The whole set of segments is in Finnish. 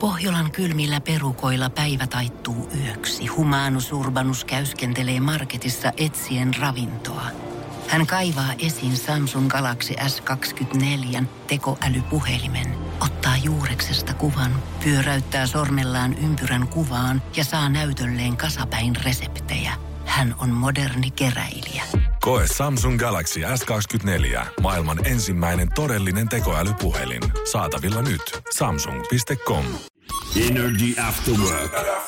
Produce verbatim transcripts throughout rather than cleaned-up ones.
Pohjolan kylmillä perukoilla päivä taittuu yöksi. Humanus Urbanus käyskentelee marketissa etsien ravintoa. Hän kaivaa esiin Samsung Galaxy S kaksikymmentäneljä tekoälypuhelimen, ottaa juureksesta kuvan, pyöräyttää sormellaan ympyrän kuvaan ja saa näytölleen kasapäin reseptejä. Hän on moderni keräilijä. Koe Samsung Galaxy S kaksikymmentäneljä. Maailman ensimmäinen todellinen tekoälypuhelin. Saatavilla nyt. Samsung piste com. Energy After Work.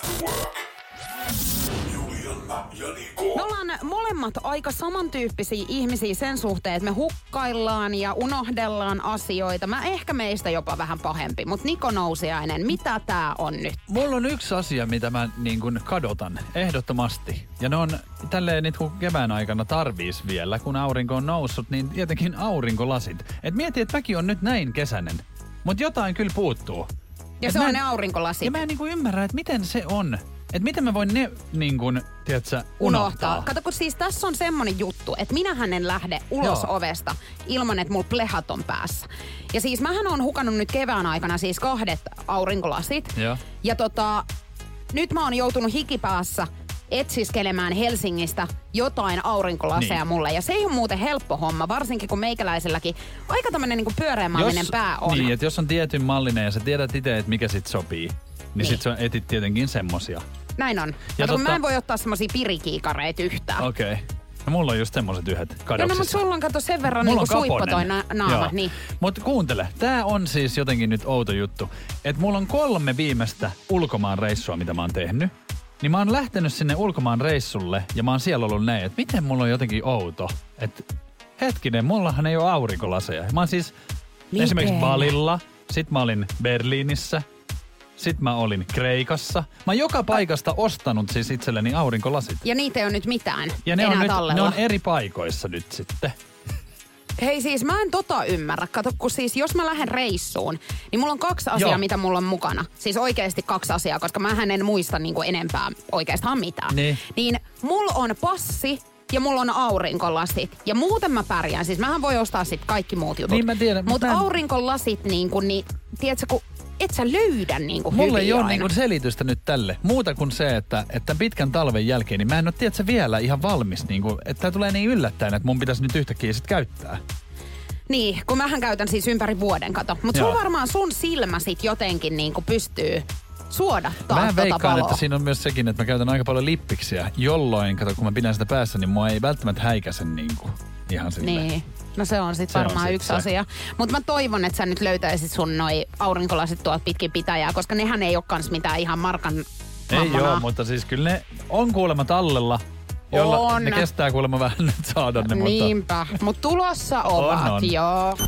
Me ollaan molemmat aika samantyyppisiä ihmisiä sen suhteen, että me hukkaillaan ja unohdellaan asioita. Mä ehkä meistä jopa vähän pahempi, mutta Niko Nousiainen, mitä tää on nyt? Mulla on yksi asia, mitä mä niin kuin kadotan ehdottomasti. Ja ne on tälleen nyt kun kevään aikana tarviis vielä, kun aurinko on noussut, niin tietenkin aurinkolasit. Et mieti, että mäkin on nyt näin kesäinen, mutta jotain kyllä puuttuu. Ja et se on en, ne aurinkolasit. Ja mä en niin kuin ymmärrä, että miten se on. Että miten mä voin ne niin kuin, tiedätkö, unohtaa. unohtaa. Kato, kun siis tässä on semmonen juttu, että minähän en lähde ulos Joo. ovesta ilman, että mulla plehat on päässä. Ja siis mähän on hukannut nyt kevään aikana siis kahdet aurinkolasit. Joo. Ja tota, nyt mä oon joutunut hikipäässä etsiskelemään Helsingistä jotain aurinkolaseja niin. mulle. Ja se ei ole muuten helppo homma, varsinkin kun meikäläiselläkin aika tämmönen niinku pyöreämallinen pää on. Niin, että jos on tietyn mallinen ja sä tiedät itse, että mikä sit sopii, niin, niin. sit sä etit tietenkin semmosia. Näin on. Ja Kato, tota... mä en voi ottaa semmosia pirikiikareita yhtään. Okei. Okay. No mulla on just semmoset yhdet kadoksissa. Joo, no mutta sulla on kato sen verran mulla niinku suippo toi na- naama. Niin. Mutta kuuntele, tää on siis jotenkin nyt outo juttu. Että mulla on kolme viimeistä ulkomaan reissua, mitä mä oon tehnyt. Niin mä oon lähtenyt sinne ulkomaan reissulle ja mä oon siellä ollut näin, että miten mulla on jotenkin outo. Että hetkinen, mullahan ei ole aurinkolaseja. Mä oon siis miten? esimerkiksi Balilla, sit mä olin Berliinissä, sit mä olin Kreikassa. Mä oon joka paikasta ostanut siis itselleni aurinkolasit. Ja niitä ei ole nyt mitään ja ne enää on nyt, tallella. ne on eri paikoissa nyt sitten. Hei siis mä en tota ymmärrä. Kato, kun siis jos mä lähden reissuun, niin mulla on kaksi asiaa, Joo. mitä mulla on mukana. Siis oikeasti kaksi asiaa, koska mähän en muista niinku enempää oikeastaan mitään. Niin. Niin mulla on passi ja mulla on aurinkolasit. Ja muuten mä pärjään. Siis mähän voi ostaa sit kaikki muut jutut. Niin mä tiedän. Mutta mä en... aurinkolasit niinku, niin tiedätkö, kun et sä löydä niinku mulla ei ole aina. niinku selitystä nyt tälle. Muuta kuin se, että, että pitkän talven jälkeen, niin mä en ole tiedätkö vielä ihan valmis. Niinku, että tää tulee niin yllättäen, että mun pitäisi nyt yhtäkkiä sit käyttää. Niin, kun mähän käytän siis ympäri vuoden, kato. Mutta sun varmaan sun silmä sit jotenkin niinku pystyy suodattaa mä tota veikkaan, valoa. että siinä on myös sekin, että mä käytän aika paljon lippiksiä, jolloin, kato, kun mä pidän sitä päässä, niin mua ei välttämättä häikäise niinku ihan silleen. Niin. No se on sit se varmaan on sit yksi se. asia. Mutta mä toivon, että sä nyt löytäisit sun noi aurinkolasit tuolta pitkin pitäjää, koska nehän ei oo kans mitään ihan markan mammonaa. Ei joo, mutta siis kyllä ne on kuulemma tallella. Jolla on. Ne kestää kuulemma vähän nyt saada ne, mutta... Niinpä, mutta tulossa ovat, on, on. joo.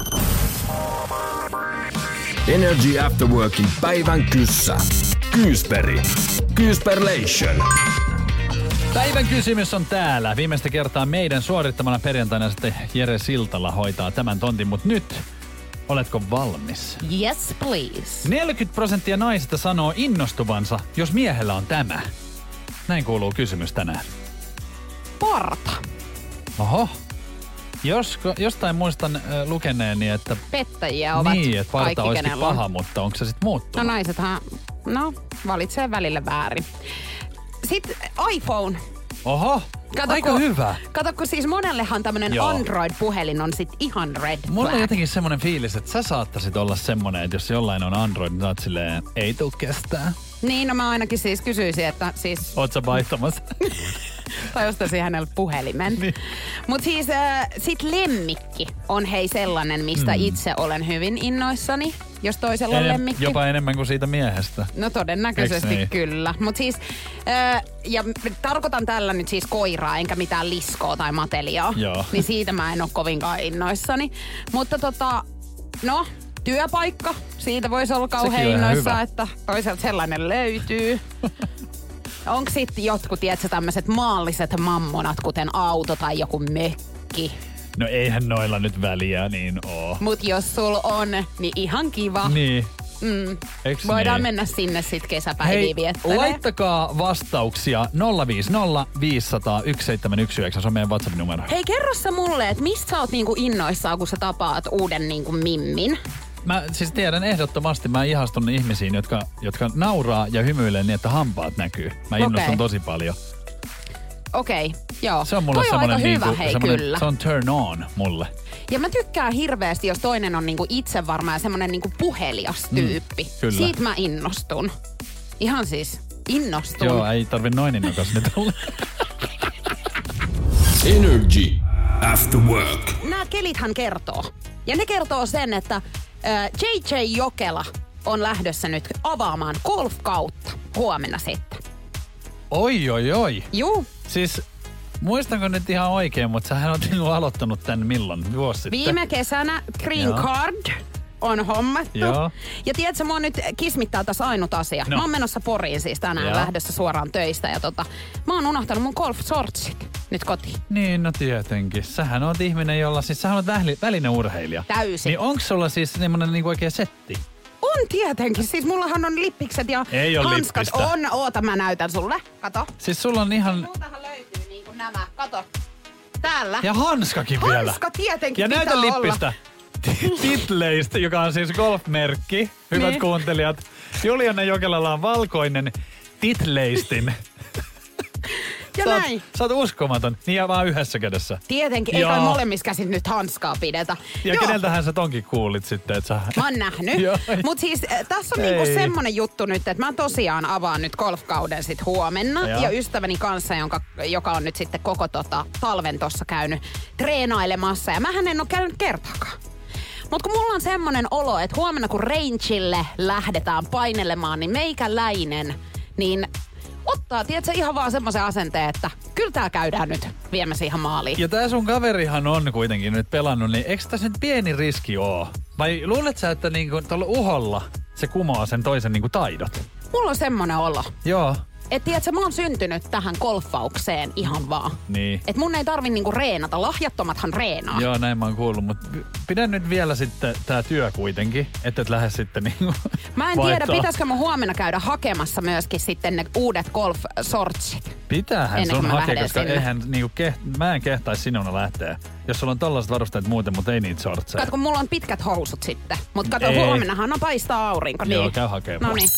Energy After Workin päivän kyssä. Kyysperi. Kyysperlation. Päivän kysymys on täällä. Viimeistä kertaa meidän suorittamana perjantaina sitten Jere Siltala hoitaa tämän tontin, mutta nyt oletko valmis? Yes, please. neljäkymmentä prosenttia naisista sanoo innostuvansa, jos miehellä on tämä. Näin kuuluu kysymys tänään. Parta. Oho. Josko, jostain muistan äh, lukeneeni, että... Pettäjiä ovat niin, että parta olisikin kenellä on. paha, mutta onko se sitten muuttunut? No naisethan, no, valitsee välillä väärin. Sitten iPhone. Oho, Kato, aika kun, hyvä. Kato, kun siis monellehan tämmönen Joo. Android-puhelin on sit ihan red flag. Mulla on jotenkin semmoinen fiilis, että sä saattaisit olla semmoinen, että jos jollain on Android, niin sä oot silleen, ei tuu kestää. Niin, no mä ainakin siis kysyisin, että siis... Oot sä vaihtamassa? tai ostaisin hänelle puhelimen. Niin. Mut siis äh, sit lemmikki on hei sellainen, mistä mm. itse olen hyvin innoissani, jos toisella on Enem, lemmikki. Jopa enemmän kuin siitä miehestä. No todennäköisesti niin? kyllä. Mut siis, äh, ja tarkoitan tällä nyt siis koiraa, enkä mitään liskoa tai mateliaa. Joo. Niin siitä mä en oo kovinkaan innoissani. Mutta tota, no... Työpaikka, siitä voisi olla kauhean innoissaan, että toisaalta sellainen löytyy. Onko sitten jotkut, tiedätkö, tämmöiset maalliset mammonat, kuten auto tai joku mökki? No eihän noilla nyt väliä niin oo. Mut jos sul on, niin ihan kiva. Niin. Mm. Eks Voidaan niin? mennä sinne sitten kesäpäiviä Hei, viettämään. laittakaa vastauksia nolla viisi nolla viisi nolla nolla yksi seitsemän yksi yhdeksän, se on meidän WhatsApp-numero. Hei, kerro sä mulle, että mistä sä oot niinku innoissaan, kun sä tapaat uuden niinku mimmin? Mä siis tiedän ehdottomasti, mä ihastun ihmisiin, jotka, jotka nauraa ja hymyilee niin, että hampaat näkyy. Mä innostun okay. tosi paljon. Okei, okay, joo. Se on mulle Toi on aika niinku, hyvä, hei kyllä. Se on turn on mulle. Ja mä tykkään hirveästi, jos toinen on niinku itsevarma ja semmonen niinku puhelias tyyppi. Mm, kyllä. Siitä mä innostun. Ihan siis innostun. Joo, ei tarvi noin innokas nyt olla. Energy After Work. Nämä kelithän kertoo. Ja ne kertoo sen, että äh, J J Jokela on lähdössä nyt avaamaan golf-kautta huomenna sitten. Oi, oi, oi. Juu. Siis muistanko nyt ihan oikein, mutta sähän oot niinku aloittanut tän milloin? Vuosi sitten. Viime kesänä Green Joo. Card on hommattu. Joo. Ja tiedätkö, mua nyt kismittää tässä ainut asia. No. Mä oon menossa Poriin siis tänään Joo. lähdössä suoraan töistä. Ja tota, mä oon unohtanut mun golf-shortsit nyt kotiin. Niin, no tietenkin. Sähän oot ihminen, jolla siis sähän oot väli, välineurheilija. Täysin. Niin onks sulla siis semmonen niinku oikea setti? On tietenkin. Siis mullahan on lippikset ja Ei oo hanskat. lippistä. On, oota mä näytän sulle. Kato. Siis sulla on ihan... Multahan löytyy niin kuin nämä. Kato. Täällä. Ja hanskakin vielä. Hanska tietenkin Ja pitää näytä olla. lippistä. Titleistä, joka on siis golfmerkki. Hyvät Niin. kuuntelijat. Juliana Jokelalla on valkoinen Titleistin. Ja Sä oot, näin. sä oot uskomaton. Niin ja vaan yhdessä kädessä. Tietenkin. Ei Joo. kai molemmissa käsin nyt hanskaa pidetä. Ja Joo. keneltähän sä tonkin kuulit sitten, että sä... Mä oon nähnyt. Joo. Mut siis äh, tässä on niinku Ei. semmonen juttu nyt, että mä tosiaan avaan nyt golfkauden sit huomenna. Joo. Ja ystäväni kanssa, jonka, joka on nyt sitten koko tota, talven tossa käynyt treenailemassa. Ja mähän en oo käynyt kertaakaan. Mut kun mulla on semmonen olo, että huomenna kun rangeille lähdetään painelemaan, niin meikäläinen, niin ottaa, tiedätkö, ihan vaan semmoisen asenteen, että kyllä tää käydään nyt viemässä ihan maaliin. Ja tää sun kaverihan on kuitenkin nyt pelannut, niin eikö tässä nyt pieni riski oo? Vai luulet sä, että niinku tuolla uholla se kumoaa sen toisen niinku taidot? Mulla on semmonen olo. Joo. Et tiedätkö, mä oon syntynyt tähän golfaukseen ihan vaan. Niin. Et mun ei tarvi niinku reenata. Lahjattomathan reenaa. Joo, näin mä oon kuullut, mutta pidä nyt vielä sitten tää työ kuitenkin, että et lähde sitten niinku Mä en tiedä, vaihtaa. pitäisikö mun huomenna käydä hakemassa myöskin sitten ne uudet golf-sortsit. Pitäähän Ennen sun kuin mä hakea, lähden koska sinne. eihän niinku keht- mä en kehtaisi sinuna lähteä. Jos sulla on tollaiset varusteet muuten, mutta ei niitä sortseja. Kato, kun mulla on pitkät housut sitten. Mut kato, Ei. huomennahan on paistaa aurinko. Joo, niin. käy hakemaan. No niin.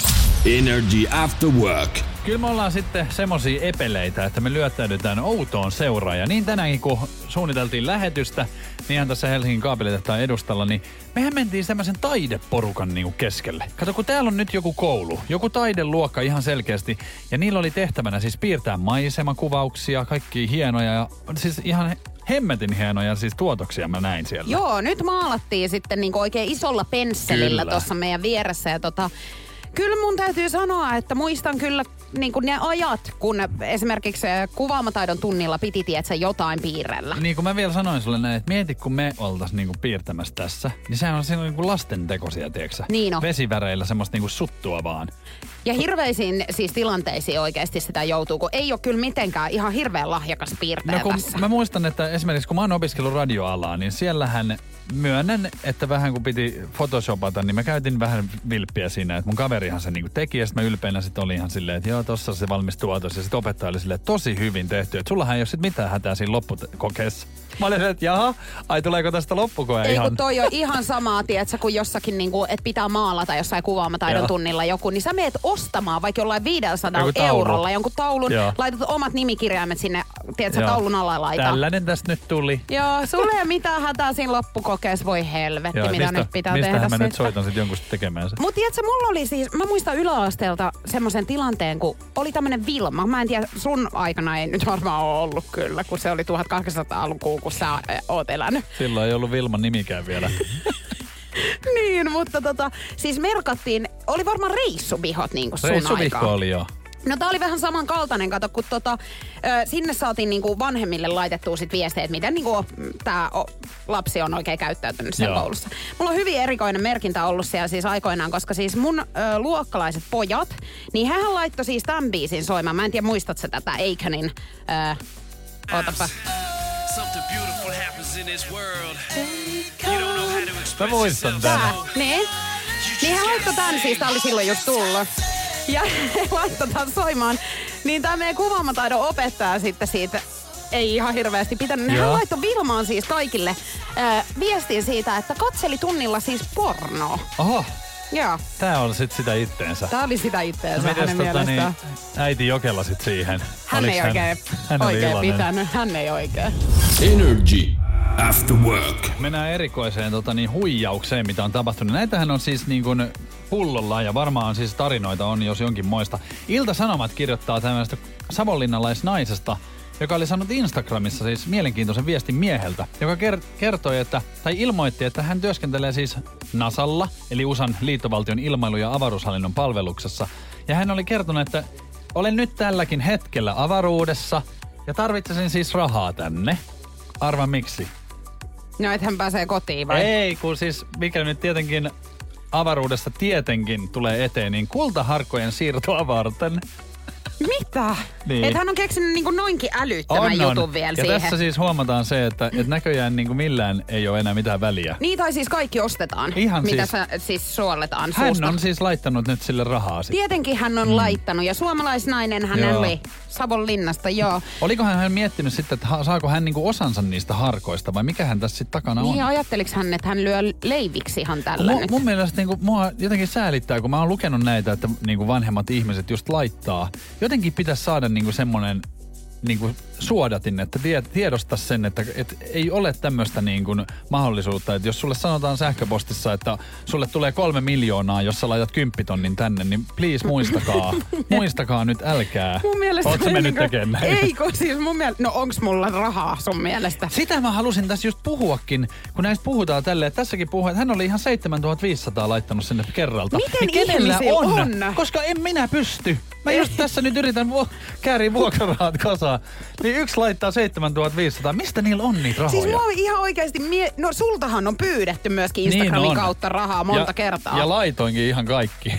Energy After Work. Kyllä me ollaan sitten semmosia epeleitä, että me lyöttäydytään outoon seuraan. Ja niin tänäänkin, kun suunniteltiin lähetystä, niin ihan tässä Helsingin kaapelitehtaan edustalla, niin mehän mentiin semmoisen taideporukan niinku keskelle. Kato, kun täällä on nyt joku koulu, joku taideluokka ihan selkeästi, ja niillä oli tehtävänä siis piirtää maisemakuvauksia, kaikki hienoja, ja siis ihan hemmetin hienoja siis tuotoksia mä näin siellä. Joo, nyt maalattiin sitten niinku oikein isolla pensselillä Kyllä. tuossa meidän vieressä. Ja tota, kyllä mun täytyy sanoa, että muistan kyllä niinku ne ajat, kun esimerkiksi kuvaamataidon tunnilla piti tietsä jotain piirrellä. Niin kuin mä vielä sanoin sulle näin, että mieti kun me oltais niinku piirtämässä tässä, niin sehän on siinä niinku lasten tekosia, tiiäksä? Niin on. Vesiväreillä semmoista niinku suttua vaan. Ja hirveisiin siis tilanteisiin oikeasti sitä joutuu, kun ei ole kyllä mitenkään ihan hirveän lahjakas piirtäjä No kun tässä. mä muistan, että esimerkiksi kun mä oon opiskellut radioalaa, niin siellähän myönnän, että vähän kun piti photoshopata, niin mä käytin vähän vilppiä siinä, että mun kaverihan se niinku teki, ja sit mä ylpeänä sit oli ihan silleen, että joo, tossa se valmis tuotos, ja sit opettaja oli silleen, tosi hyvin tehty, että sullahan ei ole sit mitään hätää siinä loppukokeessa. Mä olin, että jaha, ai tuleeko tästä loppukoe Ei ihan? kun toi on ihan samaa, tietsä, kuin jossakin, niinku, että pitää maalata jossain kuvaamataidon Joo. tunnilla joku, niin sä meet ostamaan vaikka jollain viidelläsadalla Joku taulu. eurolla jonkun taulun, Joo. laitat omat nimikirjaimet sinne, tietsä, Joo. taulun alalaita. Tällainen tästä nyt tuli. Joo, sulle ei ole mitään hätää siinä loppukokeessa, voi helvetti, Joo, mitä mistä, nyt pitää mistähän tehdä mä nyt sitten. soitan sit jonkun sit tekemään se. Mut tiedätkö, mulla oli siis, mä muistan yläasteelta semmoisen tilanteen, kun oli tämmönen Vilma. Mä en tiedä, sun aikana ei nyt varmaan ole ollut kyllä, kun se oli tuhatkahdeksansataalukua, kun sä äh, oot elänyt. Silloin ei ollut Vilman nimikään vielä. Niin, mutta tota, siis merkattiin, oli varmaan reissubihot niin kuin sun Reissuvihko aikaan. oli jo. No tää oli vähän samankaltainen, kato, kun tota, ö, sinne saatiin niinku vanhemmille laitettua sit viestejä, että miten niinku tää o, lapsi on oikein käyttäytynyt siellä Joo. koulussa. Mulla on hyvin erikoinen merkintä ollut siellä siis aikoinaan, koska siis mun ö, luokkalaiset pojat, niin hehän laittoi siis tämän biisin soimaan. Mä en tiedä, muistatko tätä Aikonin, ö, ootapa. Something beautiful happens in this world. You don't know how to Mä express muistan yourself. tän. Tää, niin. Niin he laittoi tän siis, tää oli silloin just tullut. Ja he laittoi tän soimaan. Niin tää meidän kuvaamataidon opettaja sitten siitä ei ihan hirveästi pitänyt. Hän laittoi Vilmaan siis kaikille äh, viestin siitä, että katseli tunnilla siis pornoa. Oho. Joo. Tää on sit sitä itteensä. Tää oli sitä itteensä no, hänen tota, mielestään. Niin, äiti Jokela sit siihen. Hän Oliks ei oikein, hän, oikein hän pitänyt. Hän ei oikein. Energy After Work. Mennään erikoiseen tota, niin, huijaukseen, mitä on tapahtunut. Näitähän on siis niin kuin pullolla ja varmaan siis tarinoita on jos jonkin moista. Ilta-Sanomat kirjoittaa tämmöistä savonlinnalaisnaisesta, joka oli saanut Instagramissa siis mielenkiintoisen viestin mieheltä, joka ker- kertoi, että, tai ilmoitti, että hän työskentelee siis NASAlla, eli U S A:n liittovaltion ilmailu- ja avaruushallinnon palveluksessa. Ja hän oli kertonut, että olen nyt tälläkin hetkellä avaruudessa ja tarvitsen siis rahaa tänne. Arva miksi? No, et hän pääsee kotiin vai? Ei, kun siis mikä nyt tietenkin avaruudessa tietenkin tulee eteen, niin kultaharkkojen siirtoa varten. Mitä? Niin. Että hän on keksinyt niin kuin noinkin älyttömän on, jutun on. vielä ja siihen. tässä siis huomataan se, että, että näköjään niin kuin millään ei ole enää mitään väliä. Niin, tai siis kaikki ostetaan, Ihan mitä siis, sä, siis suolletaan hän suusta. on siis laittanut nyt sille rahaa sitten. Tietenkin hän on mm. laittanut, ja suomalaisnainen hän Joo. oli Savonlinnasta, joo. Olikohan hän miettinyt sitten, että ha- saako hän niinku osansa niistä harkoista, vai mikä hän tässä sitten takana on? Niin, ajatteliks hän, että hän lyö leiviksi ihan tällä Mun, nyt? mun mielestä niinku, mua jotenkin säälittää, kun mä oon lukenut näitä, että niinku vanhemmat ihmiset just laittaa. Jotenkin pitäisi saada niinku semmonen niinku suodatin, että tie, tiedostaa sen, että et ei ole tämmöistä niinku mahdollisuutta, että jos sulle sanotaan sähköpostissa, että sulle tulee kolme miljoonaa, jos sä laitat kymppitonnin tänne, niin please muistakaa, muistakaa nyt, älkää. Mun mielestä Ootko sä mennyt niinku, tekemään näin? ei, kun siis mun mielestä, no onks mulla rahaa sun mielestä? Sitä mä halusin tässä just puhuakin, kun näistä puhutaan tälleen. Tässäkin puhuu, että hän oli ihan seitsemäntuhattaviisisataa laittanut sinne kerralta. Miten niin kenellä ihmisillä on? on? Koska en minä pysty. Mä just tässä nyt yritän vu- kääriä vuokrarahat kasaan. Niin yksi laittaa seitsemäntuhattaviisisataa. Mistä niillä on niitä rahoja? Siis mua ihan oikeesti, mie- no sultahan on pyydetty myöskin Instagramin niin on. kautta rahaa monta ja, kertaa. Ja laitoinkin ihan kaikki.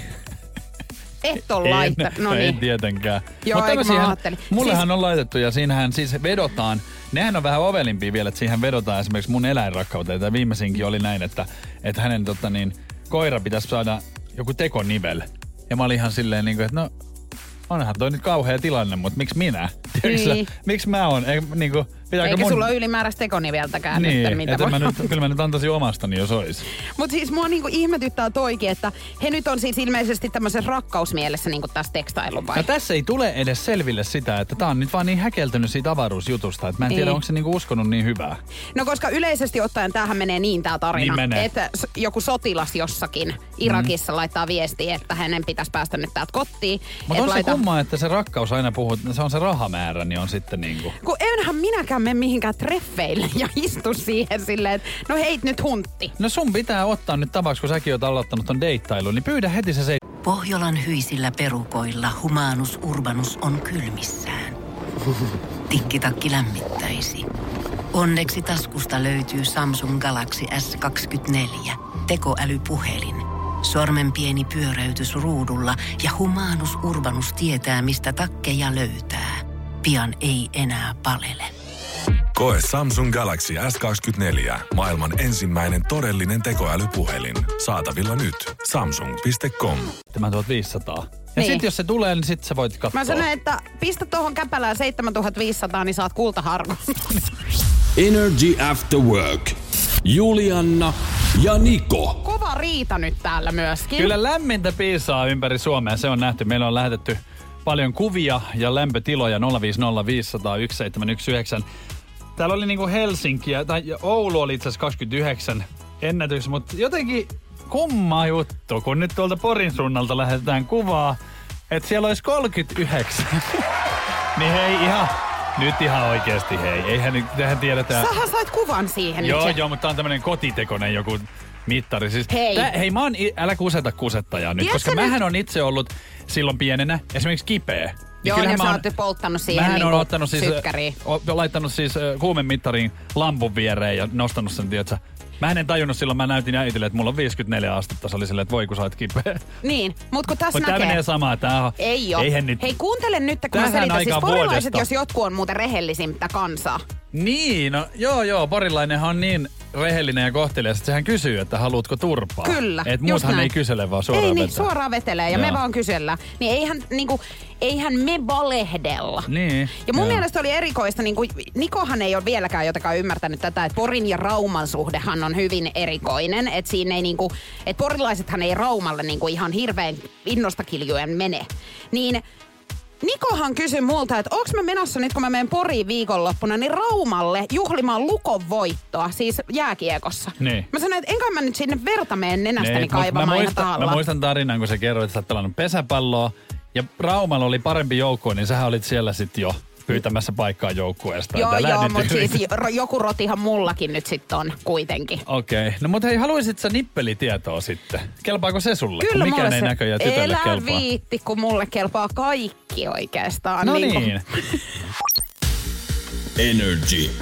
Et on En, laittanut, no en niin. tietenkään. Joo, Mutta eikö mä tämmöisiä ajattelin. mullehan Siis- on laitettu ja siinähän siis vedotaan. Nehän on vähän ovelimpia vielä, että siihen vedotaan esimerkiksi mun eläinrakkauteen. Tämä viimeisinkin oli näin, että, että hänen tota niin, koira pitäisi saada joku tekonivel. Ja mä olin ihan silleen niin kuin, että no onhan toi nyt kauhea tilanne, mutta miksi minä? Niin. Miksi mä oon? Ei, niin kuin, pitääkö Eikä mun... sulla ole ylimääräistä tekoniveltäkään Niin, nyt, mitä että voi mä nyt, kyllä mä nyt antaisin omastani, jos ois. Mutta siis mua niinku ihmetyttää toikin, että he nyt on siis ilmeisesti tämmöisessä rakkausmielessä niinku tässä tekstailun vai? No tässä ei tule edes selville sitä, että tää on nyt vaan niin häkeltynyt siitä avaruusjutusta, että mä en Niin. tiedä, onko se niinku uskonut niin hyvää. No koska yleisesti ottaen tämähän menee niin tää tarina, Niin menee. että s- joku sotilas jossakin Irakissa mm. laittaa viestiä, että hänen pitäisi päästä nyt täältä kotiin. Mutta on Et se laita- kummaa, että se rakkaus aina puhuu, että se on se rahamäärä, niin on sitten niinku... Kun enhän minäkään mene mihinkään treffeille ja istu siihen silleen, että no heit nyt huntti. No sun pitää ottaa nyt tavaksi, kun säkin oot aloittanut ton deittailun, niin pyydä heti se se... Pohjolan hyisillä perukoilla Humanus Urbanus on kylmissään. Tikkitakki lämmittäisi. Onneksi taskusta löytyy Samsung Galaxy S kaksikymmentäneljä, tekoälypuhelin. Sormen pieni pyöräytys ruudulla ja Humanus Urbanus tietää, mistä takkeja löytää. Pian ei enää palele. Koe Samsung Galaxy S kaksikymmentäneljä, maailman ensimmäinen todellinen tekoälypuhelin. Saatavilla nyt. samsung piste com. seitsemäntuhattaviisisataa. Ja Niin. sit jos se tulee, niin sit sä voit katsoa. Mä sanoin, että pistä tuohon käpälään seitsemäntuhattaviisisataa, niin saat kultaharkon. Energy After Work. Julianna ja Niko. Kova riita nyt täällä myöskin. Kyllä lämmintä piisaa ympäri Suomea, se on nähty. Meillä on lähetetty paljon kuvia ja lämpötiloja nolla viisi nolla viisi nolla nolla yksi seitsemän yksi yhdeksän. Täällä oli niinku Helsinki ja tai Oulu oli itse asiassa kaksikymmentäyhdeksän ennätys, mutta jotenkin kumma juttu, kun nyt tuolta Porin suunnalta lähetetään kuvaa, että siellä olisi kolmekymmentäyhdeksän. Niin hei ihan, nyt ihan oikeesti hei, eihän nyt tähän tiedetään. Sähän sait kuvan siihen Joo, nyt. joo, mutta tää on tämmönen kotitekoinen joku mittari. Siis Hei. Tää, hei, mä oon, i- älä kuseta kusettajaa nyt, Tiedätkö koska nyt- mähän on itse ollut silloin pienenä esimerkiksi kipeä. Niin Joo, kyllähän ja mä sä oon- oot polttanut siihen Mähän niinku on ottanut siis, sytkäriin. o, laittanut siis ö, kuumemittariin lampun viereen ja nostanut sen, tiedätkö. Mä en tajunnut silloin, mä näytin äitille, että mulla on viisikymmentäneljä astetta. Se oli silleen, että voi kun sä oot kipeä. Niin, mut kun tässä Mutta tää näkee... menee samaa, tää on... Ei oo. Eihän nyt... Hei, kuuntele nyt, kun mä Tähän selitän. Siis aikaan porilaiset, vuodesta. jos jotkut on muuten rehellisintä kansaa. Niin, no joo joo, porilainenhan on niin rehellinen ja kohtelias, että sehän kysyy, että haluatko turpaa. Kyllä, Et muuthan näin. ei kysele, vaan suoraan Ei niin, vetää. suoraan vetelee ja Joo. me vaan kysellään. Niin eihän, niinku, eihän me valehdella. Niin. Ja mun joo. mielestä oli erikoista, niin kuin, Nikohan ei ole vieläkään jotenkaan ymmärtänyt tätä, että Porin ja Rauman suhdehan on hyvin erikoinen. Että siinä ei niinku, että porilaisethan ei Raumalle niinku ihan hirveän innosta kiljuen mene. Niin Nikohan kysyi multa, että onks mä menossa nyt, kun mä menen Poriin viikonloppuna, niin Raumalle juhlimaan Lukon voittoa, siis jääkiekossa. Niin. Mä sanoin, että enkä mä nyt sinne vertameen nenästäni Niin, mut kaivamaan mä ihan muistan, mä tahallaan. muistan tarinan, kun sä kerroit, että sä oot pelannut pesäpalloa ja Raumalla oli parempi joukkue, niin sähän olit siellä sitten jo pyytämässä paikkaa joukkueesta. Joo, Älä joo, nyt mutta yritä. siis ro- joku rotihan mullakin nyt sitten on kuitenkin. Okei. Okay. No mutta hei, haluaisit sä nippelitietoa sitten? Kelpaako se sulle? Kyllä kun mikään mulle ei se, näköjään tytölle elä kelpaa. viitti, kun mulle kelpaa kaikki oikeastaan. No niin. niin. Energy.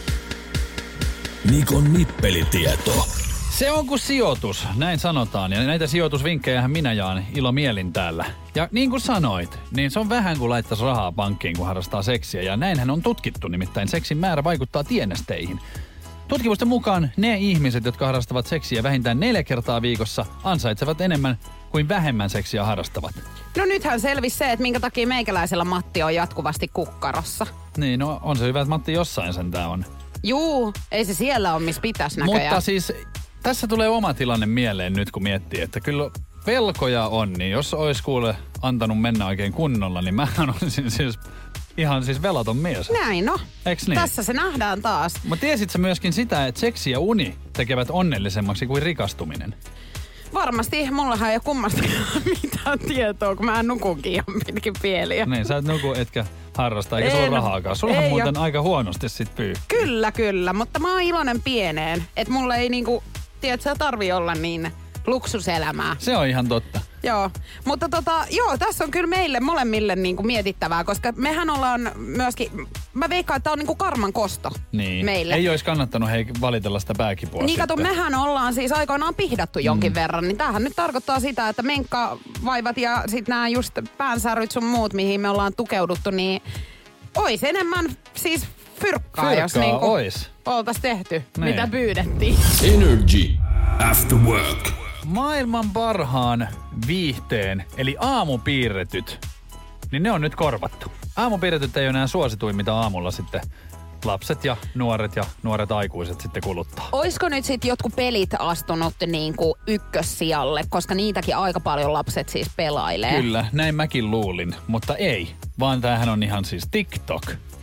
Nikon nippelitieto. Se on kuin sijoitus, näin sanotaan. Ja näitä sijoitusvinkkejähän minä jaan ilomielin täällä. Ja niin kuin sanoit, niin se on vähän kuin laittaisi rahaa pankkiin, kun harrastaa seksiä. Ja näinhän on tutkittu, nimittäin seksin määrä vaikuttaa tienesteihin. Tutkimusten mukaan ne ihmiset, jotka harrastavat seksiä vähintään neljä kertaa viikossa, ansaitsevat enemmän kuin vähemmän seksiä harrastavat. No nythän selvisi se, että minkä takia meikäläisellä Matti on jatkuvasti kukkarossa. Niin, no on se hyvä, että Matti jossain sentään on. Juu, ei se siellä ole, missä pitäisi näköjään. Mutta siis tässä tulee oma tilanne mieleen nyt, kun miettii, että kyllä pelkoja on, niin jos olisi kuule antanut mennä oikein kunnolla, niin mä olisin siis ihan siis velaton mies. Näin no. Eiks niin? Tässä se nähdään taas. Mutta tiesit sä myöskin sitä, että seksi ja uni tekevät onnellisemmaksi kuin rikastuminen? Varmasti, mullahan ei ole kummastakaan mitään tietoa, kun mä nukunkin ihan pitkin pieliä. Niin, sä et nuku etkä harrasta, eikä En, sulla ole rahaakaan. Sullahan ei muuten aika huonosti sit pyy. Kyllä, kyllä, mutta mä oon iloinen pieneen. Että mulla ei niinku, tiedätkö, tarvi olla niin luksuselämää. Se on ihan totta. Joo, mutta tota, joo, tässä on kyllä meille molemmille niinku mietittävää, koska mehän ollaan myöskin, mä veikkaan, että tää on niinku karman kosto Niin. meille. Ei olisi kannattanut hei valitella sitä pääkipua Niin kato, sitten. mehän ollaan siis aikoinaan pihdattu jonkin mm. verran, niin tämähän nyt tarkoittaa sitä, että menkkavaivat ja sit nämä just päänsäryt sun muut, mihin me ollaan tukeuduttu, niin ois enemmän siis fyrkkaa, Fyrkkaa jos niinku ois. oltais tehty, Niin. mitä pyydettiin. Energy After Work. Maailman parhaan viihteen, eli aamupiirretyt, niin ne on nyt korvattu. Aamupiirretyt ei ole enää suosituin, mitä aamulla sitten lapset ja nuoret ja nuoret aikuiset sitten kuluttaa. Oisko nyt sit jotkut pelit astunut niinku ykkössijalle, koska niitäkin aika paljon lapset siis pelailee? Kyllä, näin mäkin luulin, mutta ei. Vaan tämähän on ihan siis TikTok.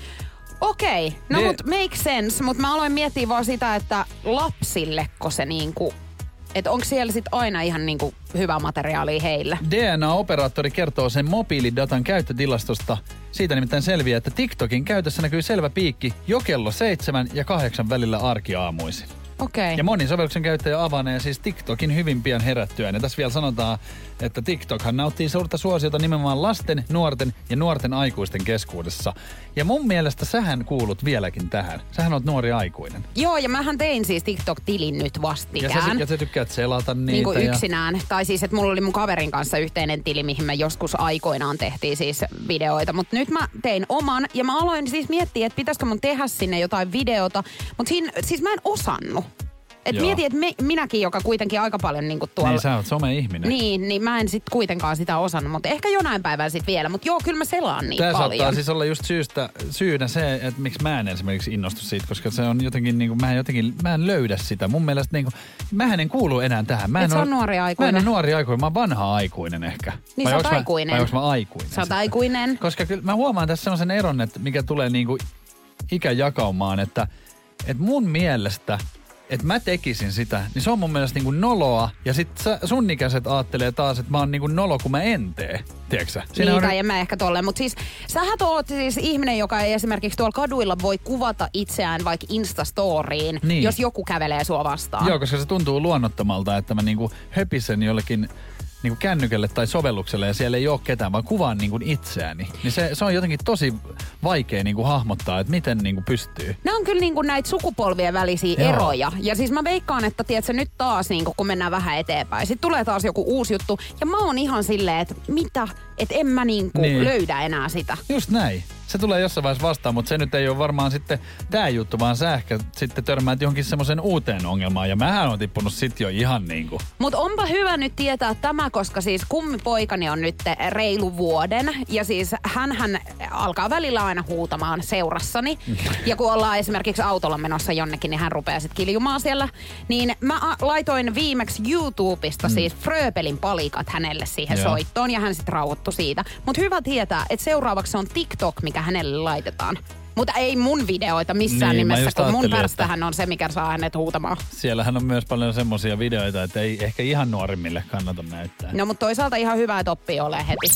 Okei, no Ne- mut make sense, mutta mä aloin miettiä vaan sitä, että lapsilleko se niinku, että onko siellä sit aina ihan niinku hyvä materiaalia heille? D N A-operaattori kertoo sen mobiilidatan käyttötilastosta. Siitä nimittäin selviää, että TikTokin käytössä näkyy selvä piikki jo kello seitsemän ja kahdeksan välillä arkiaamuisin. Okei. Ja moni sovelluksen käyttäjä avanee siis TikTokin hyvin pian herättyään. Ja tässä vielä sanotaan, että TikTokhan nauttii suurta suosiota nimenomaan lasten, nuorten ja nuorten aikuisten keskuudessa. Ja mun mielestä sähän kuulut vieläkin tähän. Sähän oot nuori aikuinen. Joo, ja mähän tein siis TikTok-tilin nyt Ja vastikään. sä, ja sä tykkäät selata niitä. Niin kuin ja... yksinään. Tai siis, että mulla oli mun kaverin kanssa yhteinen tili, mihin me joskus aikoinaan tehtiin siis videoita. Mutta nyt mä tein oman ja mä aloin siis miettiä, että pitäisikö mun tehdä sinne jotain videota. Mutta siinä, siis mä en osannut. Et Joo. mietin, että me, minäkin, joka kuitenkin aika paljon niinku tuolla... Niin sä oot some-ihminen. Niin, niin mä en sit kuitenkaan sitä osannut, mutta ehkä jonain päivänä sit vielä. Mutta joo, kyllä mä selaan niin Tää paljon. saattaa siis olla just syystä, syynä se, että miksi mä en esimerkiksi innostu siitä, koska se on jotenkin, niin kuin, mä en jotenkin, mä en löydä sitä. Mun mielestä niin kuin, mähän en kuulu enää tähän. Mä en Et sä oo- oon nuori aikuinen. Mä en ole nuori aikuinen, mä oon vanha aikuinen ehkä. Niin Vai sä oot onks mä- aikuinen. Vai onks mä aikuinen? Sä oot aikuinen. Koska kyllä mä huomaan tässä sellaisen eron, että mikä tulee niinku ikäjakaumaan, että, että mun mielestä, että mä tekisin sitä, niin se on mun mielestä niinku noloa. Ja sit sä, sun ikäiset aattelee taas, että mä oon niinku nolo, kun mä en tee. Tiedätkö sä? Siinä Niin, on- tai en mä ehkä tolleen. Mutta siis sähän oot siis ihminen, joka ei esimerkiksi tuolla kaduilla voi kuvata itseään vaikka Instastoriin, Niin. jos joku kävelee sua vastaan. Joo, koska se tuntuu luonnottomalta, että mä niinku höpisen jollekin niinku kännykälle tai sovellukselle ja siellä ei ole ketään, vaan kuvaan niinku itseäni. Niin se, se on jotenkin tosi vaikea niinku hahmottaa, että miten niinku pystyy. Nämä on kyllä niinku näitä sukupolvien välisiä Joo. eroja. Ja siis mä veikkaan, että tiedätkö, nyt taas niinku, kun mennään vähän eteenpäin, sitten tulee taas joku uusi juttu. Ja mä oon ihan silleen, että mitä, että en mä niinku Niin. löydä enää sitä. Just näin. Se tulee jossain vaiheessa vastaan, mutta se nyt ei ole varmaan sitten tää juttu, vaan sä ehkä sitten törmäät johonkin semmoisen uuteen ongelmaan. Ja mähän on tippunut sit jo ihan niinku. Mut onpa hyvä nyt tietää tämä, koska siis kummipoikani on nyt reilu vuoden. Ja siis hänhän alkaa välillä aina huutamaan seurassani. Ja kun ollaan esimerkiksi autolla menossa jonnekin, niin hän rupeaa sit kiljumaan siellä. Niin mä a- laitoin viimeksi YouTubesta mm. siis Fröbelin palikat hänelle siihen Joo. soittoon. Ja hän sit rauhoittui siitä. Mut hyvä tietää, että seuraavaksi on TikTok, mikä hänelle laitetaan. Mutta ei mun videoita missään niin, nimessä, kun mun pärstähän on se, mikä saa hänet huutamaan. Siellähän on myös paljon semmosia videoita, että ei ehkä ihan nuorimmille kannata näyttää. No, mutta toisaalta ihan hyvä, että oppii ole heti.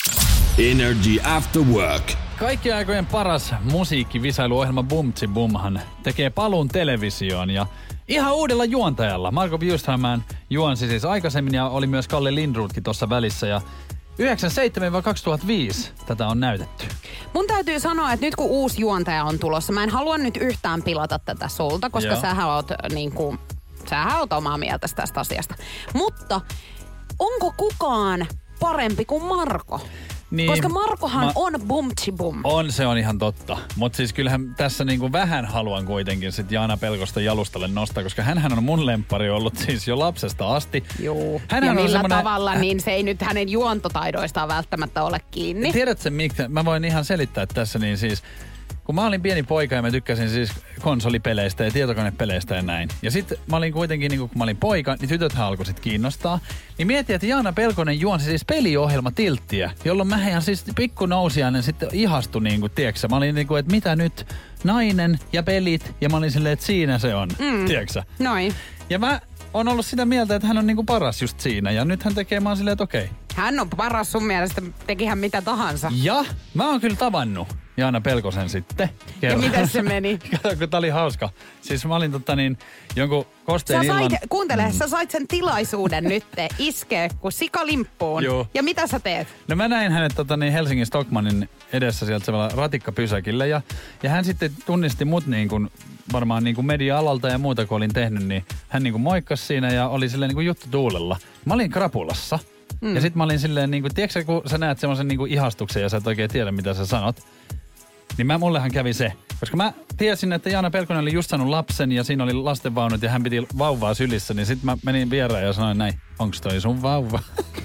Energy After Work. Kaikkien aikojen paras musiikkivisailuohjelma Bumtsi Bumhan tekee paluun televisioon ja ihan uudella juontajalla. Marco Bjurströmään juonsi siis aikaisemmin ja oli myös Kalle Lindrothkin tuossa välissä ja yhdeksänkymmentäseitsemän kaksituhattaviisi tätä on näytetty. Mun täytyy sanoa, että nyt kun uusi juontaja on tulossa, mä en halua nyt yhtään pilata tätä sulta, koska Joo. sähän oot niin kuin, sähän oot omaa mieltä tästä asiasta. Mutta onko kukaan parempi kuin Marko? Niin, koska Markohan mä, on bumtsi bum. On, se on ihan totta. Mutta siis kyllähän tässä niinku vähän haluan kuitenkin sit Jaana Pelkosta jalustalle nostaa, koska hänhän on mun lemppari ollut siis jo lapsesta asti. Joo. Ja millä semmonen... tavalla, niin se ei nyt hänen juontotaidoistaan välttämättä ole kiinni. Tiedätkö, miksi? Mä voin ihan selittää tässä niin siis... Kun mä olin pieni poika ja mä tykkäsin siis konsolipeleistä ja tietokonepeleistä ja näin. Ja sit mä olin kuitenkin, niin kun mä olin poika, niin tytöthän alkoi sit kiinnostaa. Niin mietin, että Jaana Pelkonen juonsi siis peliohjelmatilttiä, jolloin mä ihan siis pikkunousiainen sitten ihastui niin kuin, tiedätkö? Mä olin niin kuin, että mitä nyt, nainen ja pelit, ja mä olin silleen, että siinä se on, mm. tiedätkö? Noin. Ja mä oon ollut sitä mieltä, että hän on niin kuin paras just siinä, ja nyt hän tekee, mä oon silleen, että okei. Hän on paras sun mielestä, tekihän mitä tahansa. Ja mä oon kyllä tavannut Jaana Pelkosen sitten. Kerran. Ja miten se meni? Kato, kun tää oli hauska. Siis mä olin totta niin, jonkun kosteen sä sait, illan... Kuuntele, mm. sä sait sen tilaisuuden nyt iskeä kuin sikalimppuun. Joo. Ja mitä sä teet? No mä näin hänet tota, niin Helsingin Stockmannin edessä sieltä semmoilla ratikkapysäkillä. Ja, ja hän sitten tunnisti mut niin kuin, varmaan niin kuin media-alalta ja muuta kun olin tehnyt. Niin hän niin kuin moikkasi siinä ja oli silleen niin kuin juttu tuulella. Mä olin krapulassa. Mm. Ja sit mä olin silleen, niin kuin, tiedätkö kun sä näet semmoisen niin kuin ihastuksen ja sä et oikein tiedä mitä sä sanot. Niin mä, mullehan kävi se. Koska mä tiesin, että Jaana Pelkonen oli just saanut lapsen ja siinä oli lastenvaunut ja hän piti vauvaa sylissä. Niin sit mä menin vieraan ja sanoin näin, onks toi sun vauva?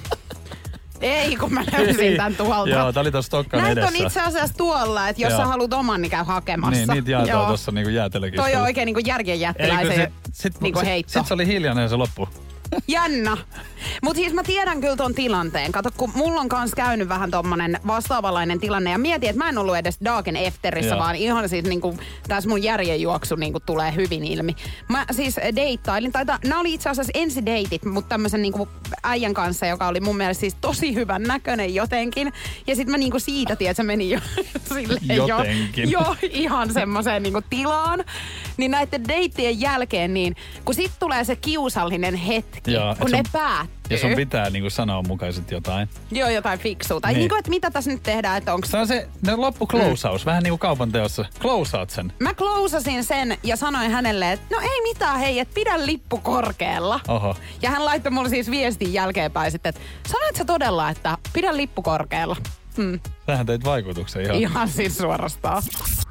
Ei, kun mä löysin tän tuolta. Joo, tää oli tossa Stokkan Näitä edessä. on itse asiassa tuolla, että jos Joo. sä haluat oman, niin käy hakemassa. Niin, niitä jaetaan tossa niinku jäätelökistolla. Toi on oikein niinku järjen jättiläisen sit, sit, niinku heitto. Sit se oli hiljainen ja se loppui. Jännä. Mut siis mä tiedän kyllä ton tilanteen. Kato, kun mulla on kans käynyt vähän tommonen vastaavalainen tilanne ja mietin, että mä en ollut edes Dagen Efterissä, Joo. vaan ihan siis niinku tässä mun järjenjuoksu niinku tulee hyvin ilmi. Mä siis deittailin, tai nää oli itse asiassa ensideitit, mutta tämmösen niinku äijän kanssa, joka oli mun mielestä siis tosi hyvän näköinen jotenkin. Ja sit mä niinku siitä, tiedät, se meni jo silleen jotenkin. jo, jo ihan semmoseen niinku tilaan. Niin näiden deittien jälkeen, niin kun sit tulee se kiusallinen hetki, Joo, kun ne päättyy. Ja sun pitää niinku sanoa mukaiset jotain. Joo, jotain fiksua. Tai niin. niinku, että mitä tässä nyt tehdään, että onks... Se on se ne loppu closeaus, mm. vähän niinku kaupan teossa. Closeaut sen. Mä closeasin sen ja sanoin hänelle, että no ei mitään, hei, että pidä lippu korkealla. Oho. Ja hän laittoi mulle siis viestin jälkeenpäin sitten, että sanoit sä todella, että pidä lippu korkealla. Hmm. Sähän teit vaikutuksen ihan. Ihan siis suorastaan.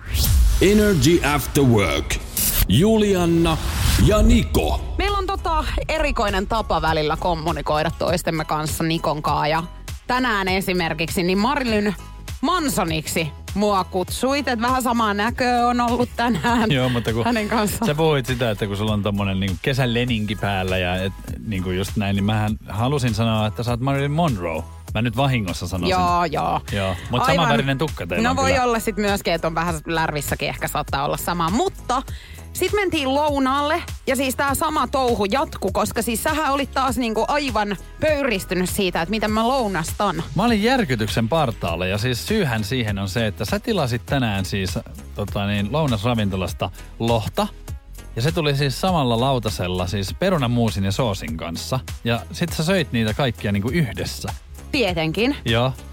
Energy After Work. Julianna ja Niko. Meillä on tota erikoinen tapa välillä kommunikoida toistemme kanssa Nikon kanssa. Ja tänään esimerkiksi niin Marilyn Mansoniksi mua kutsuit, että vähän samaa näköä on ollut tänään. Joo, mutta kun hänen kanssaan. Sä puhuit sitä, että kun sulla on tommonen niin kesäleninki päällä ja et, niin kuin just näin, niin mähän halusin sanoa, että sä oot Marilyn Monroe. Mä nyt vahingossa sanoisin. Joo, joo. Joo, mutta samanvärinen tukka teillä No on voi kyllä. olla sit myöskin, että on vähän lärvissäkin ehkä saattaa olla sama, mutta... Sitten mentiin lounaalle ja siis tää sama touhu jatku, koska siis sähän olit taas niinku aivan pöyristynyt siitä, että miten mä lounastan. Mä olin järkytyksen partaalla ja siis syyhän siihen on se, että sä tilasit tänään siis tota niin, lounasravintolasta lohta. Ja se tuli siis samalla lautasella siis perunamuusin ja soosin kanssa. Ja sit sä söit niitä kaikkia niinku yhdessä. Tietenkin. Joo.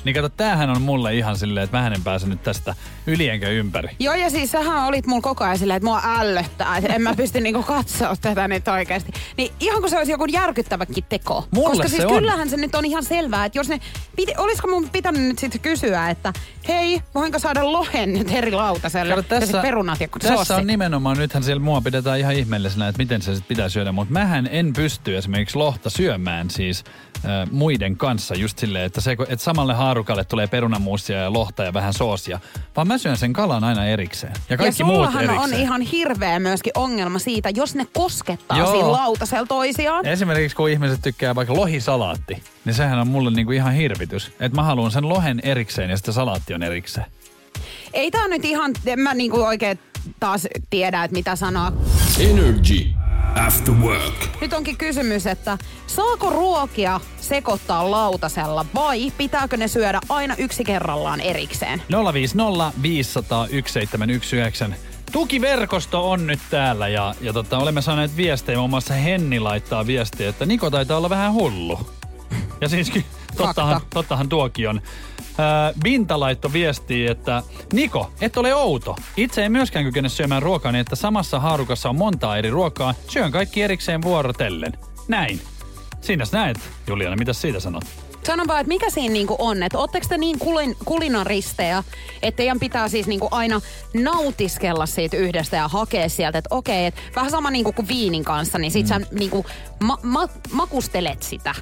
Niin kato, tämähän on mulle ihan silleen, että mä en pääse nyt tästä yli enkä ympäri. Joo, ja siis sähän olit mulla koko ajan silleen, että mua ällöttää, että en mä pysty niinku katsoa tätä nyt oikeesti. Niin ihan kun se olisi joku järkyttäväkin teko. Mulle Koska se siis on. kyllähän se nyt on ihan selvää, että jos ne, piti, olisiko mun pitänyt nyt sitten kysyä, että hei, voinko saada lohen nyt eri lautaselle? Kato, tässä, ja perunat ja tässä sossi. on nimenomaan, nythän siellä mua pidetään ihan ihmeellisenä, että miten se sit pitää syödä, mutta mähän en pysty esimerkiksi lohta syömään siis äh, muiden kanssa just silleen, että, se, että samalle haarukalle tulee perunamuusia ja lohta ja vähän soosia, vaan mä syön sen kalan aina erikseen. Ja kaikki ja muut sullahan erikseen. on ihan hirveä myöskin ongelma siitä, jos ne koskettaa Joo. siinä lautasella toisiaan. Esimerkiksi kun ihmiset tykkää vaikka lohisalaatti, niin sehän on mulle niinku ihan hirvitys. Että mä haluan sen lohen erikseen ja sitten salaatti on erikseen. Ei tää nyt ihan, en mä niinku oikein taas tiedä, että mitä sanoa. Energy After Work. Nyt onkin kysymys, että saako ruokia sekoittaa lautasella vai pitääkö ne syödä aina yksi kerrallaan erikseen? nolla viisi nolla viisi nolla nolla yksi seitsemän yksi yhdeksän. Tukiverkosto on nyt täällä ja, ja tota, olemme saaneet viestejä. Muun muassa Henni laittaa viestiä, että Niko taitaa olla vähän hullu. Ja siis tottahan, tottahan tuokin on. Ää, Binta laittoi viestiä, että Niko, et ole outo. Itse ei myöskään kykene syömään ruokaa niin, että samassa haarukassa on montaa eri ruokaa. Syön kaikki erikseen vuorotellen. Näin. Siinäs näet, Juliana, mitä siitä sanot? Sano vaan, että mikä siinä niinku on, että ootteko te niin kulin, kulinaristeja, että teidän pitää siis niinku aina nautiskella siitä yhdestä ja hakea sieltä, että okei, että vähän sama niinku kuin viinin kanssa, niin sit mm. sä niinku ma- ma- makustelet sitä.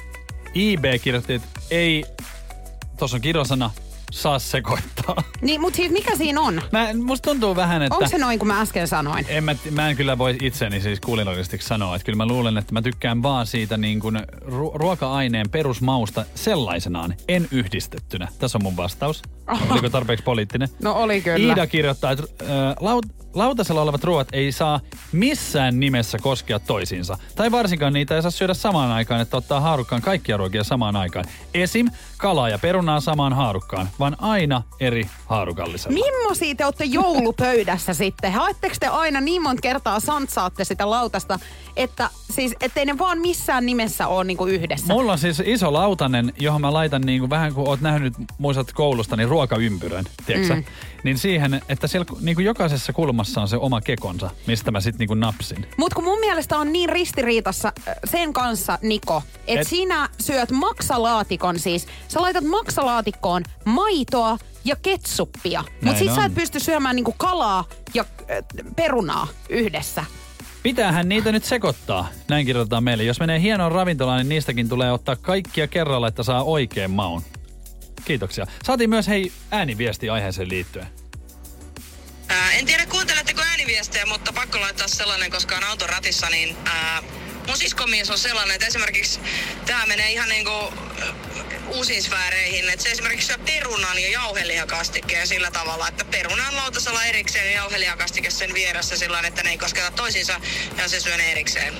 I B kirjoitti, että ei, tuossa on kirjasana, saa sekoittaa. Niin, mutta siis mikä siinä on? Mä, musta tuntuu vähän, että... Onko se noin kuin mä äsken sanoin? En mä, mä en kyllä voi itseni siis kulinaristiksi sanoa, että kyllä mä luulen, että mä tykkään vaan siitä niin kuin ru- ruoka-aineen perusmausta sellaisenaan, en yhdistettynä. Tässä on mun vastaus. Aha. Oliko tarpeeksi poliittinen? No oli kyllä. Iida kirjoittaa, että äh, laut- lautasella olevat ruoat ei saa missään nimessä koskea toisiinsa. Tai varsinkaan niitä ei saa syödä samaan aikaan, että ottaa haarukkaan kaikkia ruokia samaan aikaan. Esim. Kalaa ja perunaa samaan haarukkaan, vaan aina eri haarukallisella. Mimmosia te olette joulupöydässä sitten? Haetteko te aina niin monta kertaa santsaatte sitä lautasta, että siis ettei ne vaan missään nimessä ole niinku yhdessä? Mulla on siis iso lautanen, johon mä laitan niinku vähän kun oot nähnyt muistat koulusta, niin ruokaympyrän, tiedätkö mm. Niin siihen, että siellä niinku jokaisessa kulmassa on se oma kekonsa, mistä mä sit niinku napsin. Mut kun mun mielestä on niin ristiriitassa sen kanssa, Niko, että Et... sinä syöt maksalaatikon siis. Sä laitat maksalaatikkoon maitoa ja ketsuppia. Mut Näin sit on. sä et pysty syömään niinku kalaa ja äh, perunaa yhdessä. Pitäähän niitä nyt sekoittaa, näin kirjoitetaan meille. Jos menee hienoon ravintolaan, niin niistäkin tulee ottaa kaikkia kerralla, että saa oikein maun. Kiitoksia. Saatiin myös hei ääniviesti aiheeseen liittyen. Ää, en tiedä kuunteletteko ääniviestejä, mutta pakko laittaa sellainen, koska on auton ratissa, niin ää, mun siskomies on sellainen, että esimerkiksi tää menee ihan niinku äh, uusiin sfääreihin, että se esimerkiksi syö perunan ja jauhelihakastikkeen sillä tavalla, että perunan lautasella erikseen ja jauhelihakastike sen vieressä sillä että ne ei kosketa toisiinsa ja se syö ne erikseen.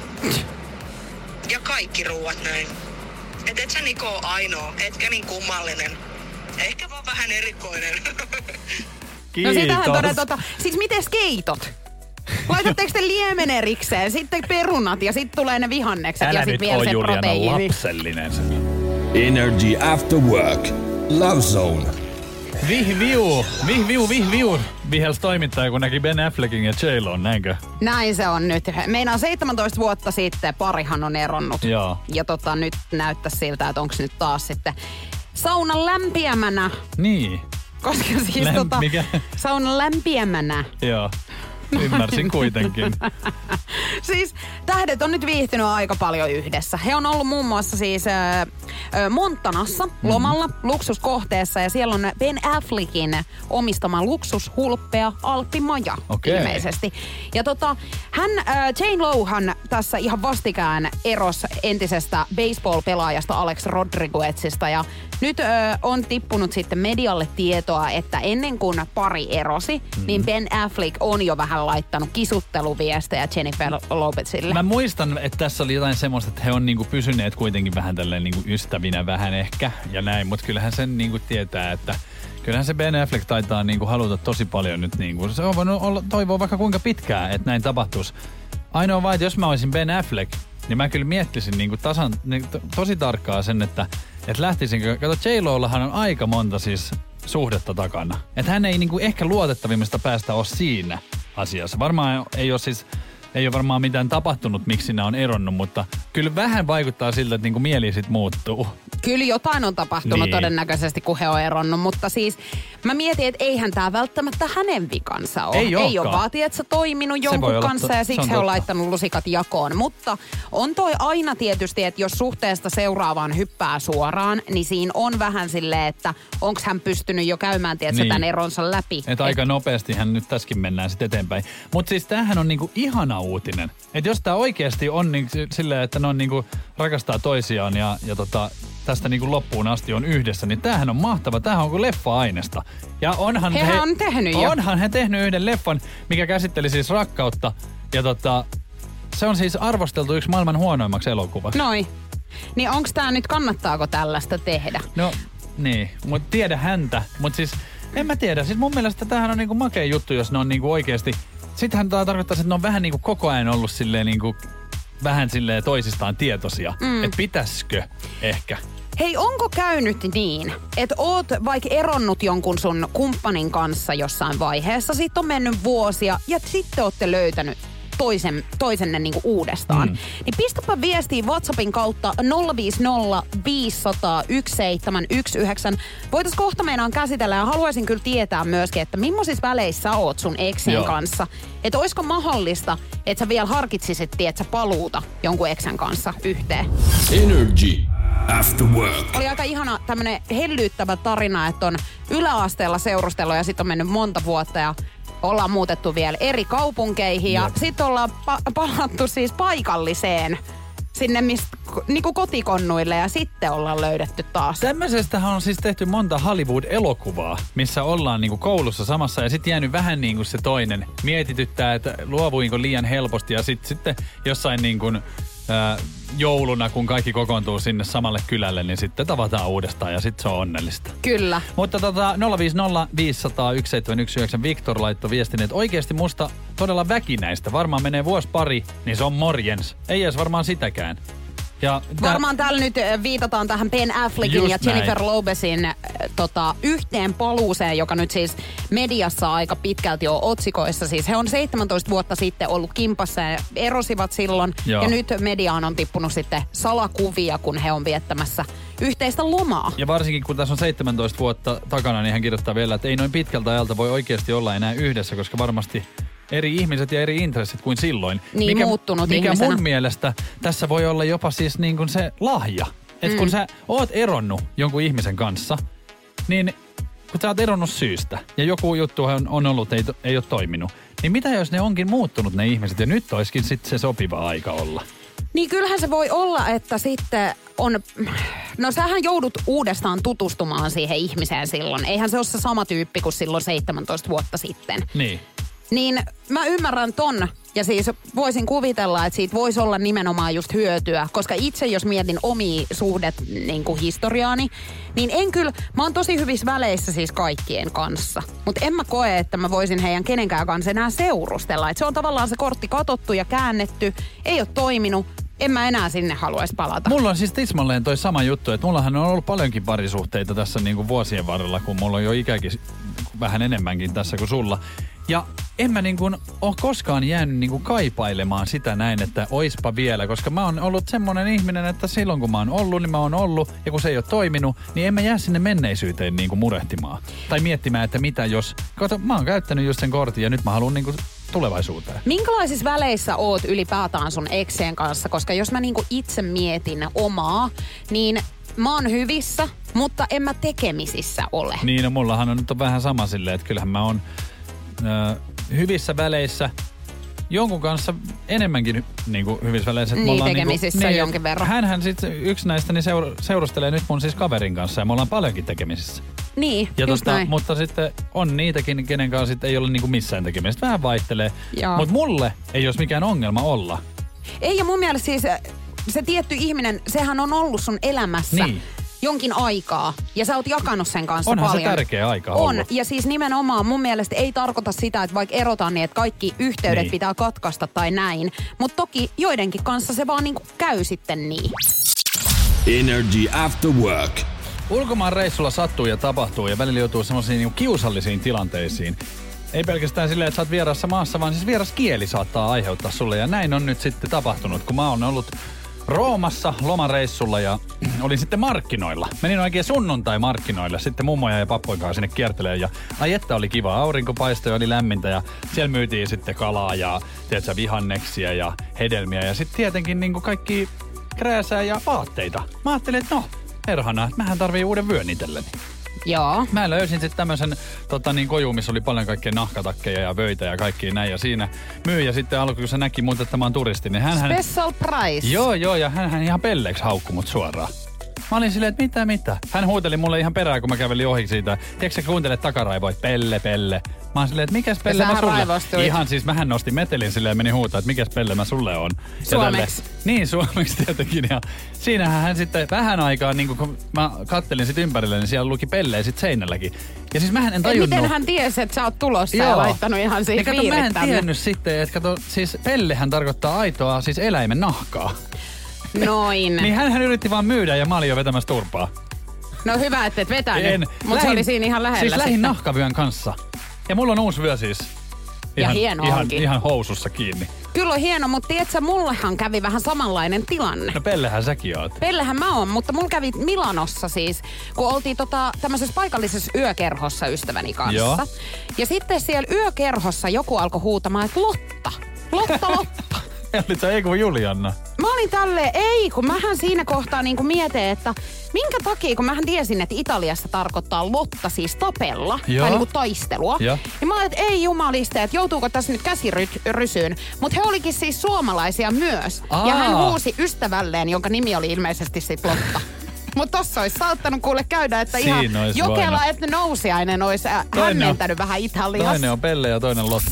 Ja kaikki ruuat näin. Et et sä Niko oo ainoa, etkä niin kummallinen. Ehkä vaan vähän erikoinen. Kiitos. No sitähän todella tota, siis miten keitot? Laitatteko te liemen erikseen, sitten perunat ja sitten tulee ne vihannekset Älä ja sitten nyt vielä oo, se Juliana, proteiini. lapsellinen. Energy After Work. Love Zone. Vihviu, vihviu, vihviu. Vihels toimittaja, kun näki Ben Affleckin ja J-Lon, näinkö? Näin se on nyt. Meinaa seitsemäntoista vuotta sitten parihan on eronnut. Joo. Ja tota, nyt näyttää siltä, että onko nyt taas sitten saunan lämpiämänä. Niin, Koska siis Läm- tota, mikä? saunan lämpiämänä. joo. Ymmärsin kuitenkin. Siis tähdet on nyt viihtynyt aika paljon yhdessä. He on ollut muun muassa siis äh, äh, Montanassa lomalla mm. luksuskohteessa ja siellä on Ben Affleckin omistama luksushulppea Alppimaja Okei. ilmeisesti. Ja tota, hän, äh, Jane Lohan tässä ihan vastikään erosi entisestä baseball-pelaajasta Alex Rodriguezista ja nyt äh, on tippunut sitten medialle tietoa, että ennen kuin pari erosi, mm. niin Ben Affleck on jo vähän laittanut kisutteluviestejä Jennifer Lopezille. Mä muistan, että tässä oli jotain semmoista, että he on niinku pysyneet kuitenkin vähän tälleen niinku ystävinä vähän ehkä ja näin, mutta kyllähän sen niinku tietää, että kyllähän se Ben Affleck taitaa niinku haluta tosi paljon nyt niinku. Se on voinut olla, toivoa vaikka kuinka pitkään, että näin tapahtuisi. Ainoa vaan, että jos mä olisin Ben Affleck, niin mä kyllä miettisin niinku tasan, niin to, tosi tarkkaa sen, että että lähtisinkö, kato J-Lollahan on aika monta siis suhdetta takana. Että hän ei niinku ehkä luotettavimmista päästä ole siinä asiassa. Varmaan ei ole siis, ei ole varmaan mitään tapahtunut, miksi nämä on eronnut, mutta kyllä vähän vaikuttaa siltä, että niinku mieli sit muuttuu. Kyllä jotain on tapahtunut niin. todennäköisesti, kun he on eronnut, mutta siis mä mietin, että eihän tää välttämättä hänen vikansa ole. Ei, ei ole vaan, tietsä, toiminut jonkun kanssa to- ja siksi he on laittanut lusikat jakoon. Mutta on toi aina tietysti, että jos suhteesta seuraavaan hyppää suoraan, niin siinä on vähän silleen, että onko hän pystynyt jo käymään, tietsä, niin. tämän eronsa läpi. Että Et aika nopeastihan nyt tässäkin mennään sitten eteenpäin. Mutta siis tämähän on niinku ihana uutinen. Että jos tää oikeasti on niin silleen, että ne on niinku rakastaa toisiaan ja, ja tota... tästä niin kuin loppuun asti on yhdessä, niin tämähän on mahtava. Tämähän on kuin leffa-aineesta. Ja onhan Hehän he, on tehnyt jo. Onhan he tehnyt yhden leffan, mikä käsitteli siis rakkautta. Ja tota, se on siis arvosteltu yksi maailman huonoimmaksi elokuvaksi. Noi. Niin onks tää nyt, kannattaako tällaista tehdä? No niin, mutta tiedä häntä. Mutta siis en mä tiedä. Siis mun mielestä tämähän on niinku makea juttu, jos ne on niinku oikeesti. Sittenhän tämä tarkoittaa, että ne on vähän niinku koko ajan ollut silleen niinku vähän silleen toisistaan tietoisia. Mm. Että pitäisikö ehkä. Hei, onko käynyt niin, että oot vaikka eronnut jonkun sun kumppanin kanssa jossain vaiheessa, sit on mennyt vuosia ja sitten ootte löytänyt toisen, toisenne niinku uudestaan. Mm. Niin pistäpä viestiä WhatsAppin kautta nolla viisi nolla viisi nolla nolla yksi seitsemän yksi yhdeksän. Voitais kohta meinaan käsitellä ja haluaisin kyllä tietää myöskin, että millaisissa väleissä oot sun eksien Joo. kanssa. Että olisiko mahdollista, että sä vielä harkitsisit, tietsä, paluuta jonkun eksän kanssa yhteen. Energy After Work. Oli aika ihana tämmönen hellyyttävä tarina, että on yläasteella seurustellut ja sitten on mennyt monta vuotta ja ollaan muutettu vielä eri kaupunkeihin ja sitten ollaan pa- palattu siis paikalliseen sinne mistä, niinku kotikonnuille ja sitten ollaan löydetty taas. Tämmöisestähän on siis tehty monta Hollywood-elokuvaa, missä ollaan niinku koulussa samassa ja sitten jäänyt vähän niin kuin se toinen. Mietityttää, että luovuinko liian helposti ja sitten sit jossain niin kuin Ää, jouluna, kun kaikki kokoontuu sinne samalle kylälle, niin sitten tavataan uudestaan ja sitten se on onnellista. Kyllä. Mutta tota, nolla viisi nolla viisi nolla nolla yksi seitsemän yksi yhdeksän Viktor laittoi viestin, että oikeasti musta todella väkinäistä. Varmaan menee vuosi pari, niin se on morjens. Ei edes varmaan sitäkään. Ja tää... Varmaan täällä nyt viitataan tähän Ben Affleckin Just ja Jennifer näin. Lopezin äh, tota, yhteen paluuseen, joka nyt siis mediassa aika pitkälti on otsikoissa. Siis he on seitsemäntoista vuotta sitten ollut kimpassa ja erosivat silloin. Joo. Ja nyt mediaan on tippunut sitten salakuvia, kun he on viettämässä yhteistä lomaa. Ja varsinkin kun tässä on seitsemäntoista vuotta takana, niin hän kirjoittaa vielä, että ei noin pitkältä ajalta voi oikeasti olla enää yhdessä, koska varmasti eri ihmiset ja eri intressit kuin silloin. Niin, mikä, muuttunut mikä ihmisenä. Mun mielestä tässä voi olla jopa siis niin kuin se lahja. Että mm. kun sä oot eronnut jonkun ihmisen kanssa, niin kun sä oot eronnut syystä ja joku juttu on, on ollut, ei, ei ole toiminut, niin mitä jos ne onkin muuttunut ne ihmiset ja nyt olisikin sitten se sopiva aika olla? Niin kyllähän se voi olla, että sitten on, no sähän joudut uudestaan tutustumaan siihen ihmiseen silloin. Eihän se ole se sama tyyppi kuin silloin seitsemäntoista vuotta sitten. Niin. Niin mä ymmärrän ton ja siis voisin kuvitella, että siitä voisi olla nimenomaan just hyötyä, koska itse jos mietin omia suhdet niin kuin historiaani, niin en kyllä, mä oon tosi hyvissä väleissä siis kaikkien kanssa, mutta en mä koe, että mä voisin heidän kenenkään kanssa enää seurustella. Että se on tavallaan se kortti katsottu ja käännetty, ei ole toiminut. En mä enää sinne haluaisi palata. Mulla on siis tismalleen toi sama juttu, että mullahan on ollut paljonkin parisuhteita tässä niin kuin vuosien varrella, kun mulla on jo ikäkin vähän enemmänkin tässä kuin sulla. Ja en mä niin kuin ole koskaan jäänyt niin kuin kaipailemaan sitä näin, että oispa vielä, koska mä oon ollut semmoinen ihminen, että silloin kun mä oon ollut, niin mä oon ollut, ja kun se ei ole toiminut, niin en mä jää sinne menneisyyteen niin kuin murehtimaan. Tai miettimään, että mitä jos, kato, mä oon käyttänyt just sen kortin ja nyt mä haluan niin kuin tulevaisuuteen. Minkälaisissa väleissä oot ylipäätään sun eksien kanssa? Koska jos mä niinku itse mietin omaa, niin mä oon hyvissä, mutta en mä tekemisissä ole. Niin, no mullahan on nyt vähän sama silleen, että kyllähän mä oon ö, hyvissä väleissä jonkun kanssa enemmänkin niin kuin hyvissä väleissä. Niin, tekemisissä niin, jonkin verran. Hänhän sitten yksi näistä niin seura- seurustelee nyt mun siis kaverin kanssa ja me ollaan paljonkin tekemisissä. Niin, ja just tosta, näin. Mutta sitten on niitäkin, kenen kanssa sit ei ole niinku missään tekemistä. Vähän vaihtelee. Mutta mulle ei olisi mikään ongelma olla. Ei, ja mun mielestä siis se tietty ihminen, sehän on ollut sun elämässä niin jonkin aikaa. Ja sä oot jakanut sen kanssa Onhan paljon. Onhan se tärkeä aika On. ollut. Ja siis nimenomaan mun mielestä ei tarkoita sitä, että vaikka erotaan niin, että kaikki yhteydet niin pitää katkaista tai näin. Mutta toki joidenkin kanssa se vaan niinku käy sitten niin. Energy After Work. Ulkomaan reissulla sattuu ja tapahtuu ja välillä joutuu semmoisiin niinku kiusallisiin tilanteisiin. Ei pelkästään silleen, että sä oot vierassa maassa, vaan siis vieras kieli saattaa aiheuttaa sulle. Ja näin on nyt sitten tapahtunut, kun mä oon ollut Roomassa lomareissulla ja olin sitten markkinoilla. Menin oikein sunnuntai-markkinoille sitten mummoja ja pappojen kanssa sinne kiertelemään. Ja ai että oli kiva, aurinko paistoi, oli lämmintä ja siellä myytiin sitten kalaa ja tiedätkö, vihanneksia ja hedelmiä. Ja sitten tietenkin niin kuin kaikki krääsää ja vaatteita. Mä ajattelin, että no, perhana, että mähän tarvii uuden vyön itselleni. Joo. Mä löysin sitten tämmöisen tota, niin kojuun, missä oli paljon kaikkea nahkatakkeja ja vöitä ja kaikkia näin. Ja siinä myyjä sitten alkoi, kun se näki mut, että mä oon turisti, niin hän... Special price. Joo, joo, ja hän ihan pelleeksi haukkui mut suoraan. Mä olin silleen, että mitä, mitä. Hän huuteli mulle ihan perään, kun mä kävelin ohi siitä. Tiedätkö sä kuuntelet takaraivoit, pelle, pelle. Mä oon silleen, että mikäs pelle mä sulle... Raivostuit. Ihan siis, mähän nostin metelin silleen ja meni huutaa, että mikäs pelle mä sulle on. Suomeksi. Niin, suomeksi tietenkin. Ja siinähän hän sitten vähän aikaa, niin kun mä kattelin sit ympärille, niin siellä luki pelleä sit seinälläkin. Ja siis mähän en tajunnut... Miten hän tiesi, että sä oot tulossa Joo. ja laittanut ihan siihen viiret tänne? Mä en tiennyt sitten, että kato, siis pellehän tarkoittaa aitoa, siis eläimen nahkaa. Noin. Niin hänhän yritti vaan myydä ja mä olin jo vetämässä turpaa. No hyvä, että et vetänyt, mutta se oli siinä ihan lähellä. Siis lähin nahkavyön kanssa. Ja mulla on uusi vyö siis. Ihan, ja hieno ihan, onkin. Ihan housussa kiinni. Kyllä on hieno, mutta tiedätkö, mullehan kävi vähän samanlainen tilanne. No pellehän säkin oot. Pellehän mä oon, mutta mulla kävi Milanossa siis, kun oltiin tota, tämmöisessä paikallisessa yökerhossa ystäväni kanssa. Joo. Ja sitten siellä yökerhossa joku alkoi huutamaan, että Lotta, Lotta, Lotta. Olit sä ei kun Julianna? Mä olin tälleen, ei, kun mähän siinä kohtaa niinku mietin, että minkä takia, kun mähän tiesin, että Italiassa tarkoittaa Lotta siis tapella, Joo. tai niinku taistelua. Joo. Niin mä olin, että ei jumaliste, että joutuuko tässä nyt käsirysyyn. Mutta he olikin siis suomalaisia myös. Aa. Ja hän huusi ystävälleen, jonka nimi oli ilmeisesti sit Lotta. Mutta tossa olisi saattanut kuule käydä, että Siinä ihan Jokela, että Nousiainen olisi äh, hämmentänyt vähän Italiassa. Toinen on Pelle ja toinen Lotta.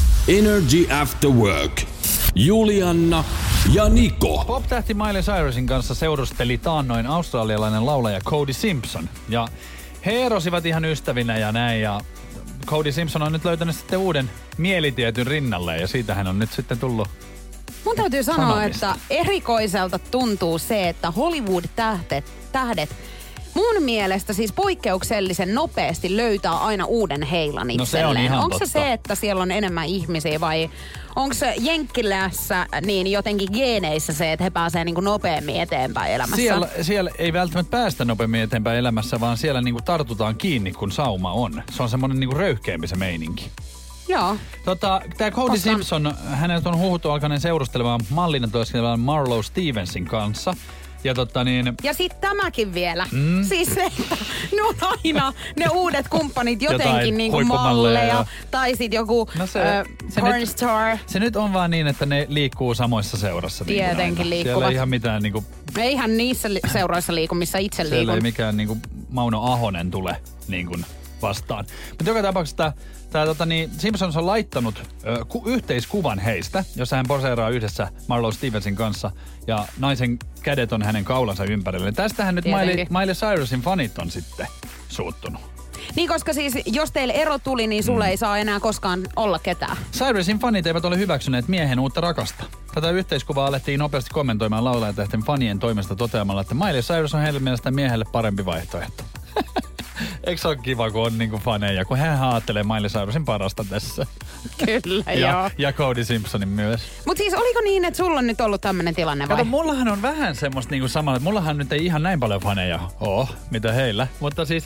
Energy After Work. Julianna ja Niko. Pop-tähti Miley Cyrusin kanssa seurusteli taannoin australialainen laulaja Cody Simpson. Ja he erosivat ihan ystävinä ja näin. Ja Cody Simpson on nyt löytänyt sitten uuden mielitietyn rinnalle ja siitähän on nyt sitten tullut Mun täytyy sanoa, sanomista. että erikoiselta tuntuu se, että Hollywood-tähdet, tähdet mun mielestä siis poikkeuksellisen nopeasti löytää aina uuden heilan No se on itselleen. ihan Onko se totta. se, että siellä on enemmän ihmisiä vai onko se Jenkkilässä niin jotenkin geeneissä se, että he pääsee niin kuin nopeammin eteenpäin elämässä? Siellä, siellä ei välttämättä päästä nopeammin eteenpäin elämässä, vaan siellä niinku tartutaan kiinni, kun sauma on. Se on semmoinen niinku röyhkeämpi se meininki. Joo. Tota, tää Cody Tosta. Simpson, hänet on huhuttu alkaneen seurustelemaan mallina työskentelevän Marlo Stevensin kanssa. Ja totta niin... Ja sit tämäkin vielä. Mm. Siis se, että ne on aina ne uudet kumppanit jotenkin Jotain niinku huippumalleja malleja. ja- Tai sit joku No se- äh, se porn nyt- star. Se nyt on vaan niin, että ne liikkuu samoissa seurassa. niin kuin Tietenkin aina. liikkuvat. Siellä ei ihan mitään niinku... Eihän niissä li- seuroissa liiku, missä itse Siellä ei liikun. mikään niinku Mauno Ahonen tule niin kuin vastaan. Mutta joka tapauksessa tää, tää tota niin, Simpsons on laittanut ö, ku, yhteiskuvan heistä, jossa hän poseeraa yhdessä Marlo Stevensin kanssa ja naisen kädet on hänen kaulansa ympärillä. Tästähän nyt Miley, Tietenkin. Miley Cyrusin fanit on sitten suuttunut. Niin, koska siis jos teille ero tuli, niin sulle mm. ei saa enää koskaan olla ketään. Cyrusin fanit eivät ole hyväksyneet miehen uutta rakasta. Tätä yhteiskuvaa alettiin nopeasti kommentoimaan laulajatähten fanien toimesta toteamalla, että Miley Cyrus on heidän mielestä miehelle parempi vaihtoehto. Eikö se ole kiva, kun on niinku faneja, kun hän ajattelee Miley Cyrusin parasta tässä. Kyllä, ja, joo. ja Cody Simpsonin myös. Mut siis oliko niin, että sulla on nyt ollut tämmönen tilanne vai? Kato, mullahan on vähän semmoista niinku samalla, että mullahan nyt ei ihan näin paljon faneja oo, mitä heillä. Mutta siis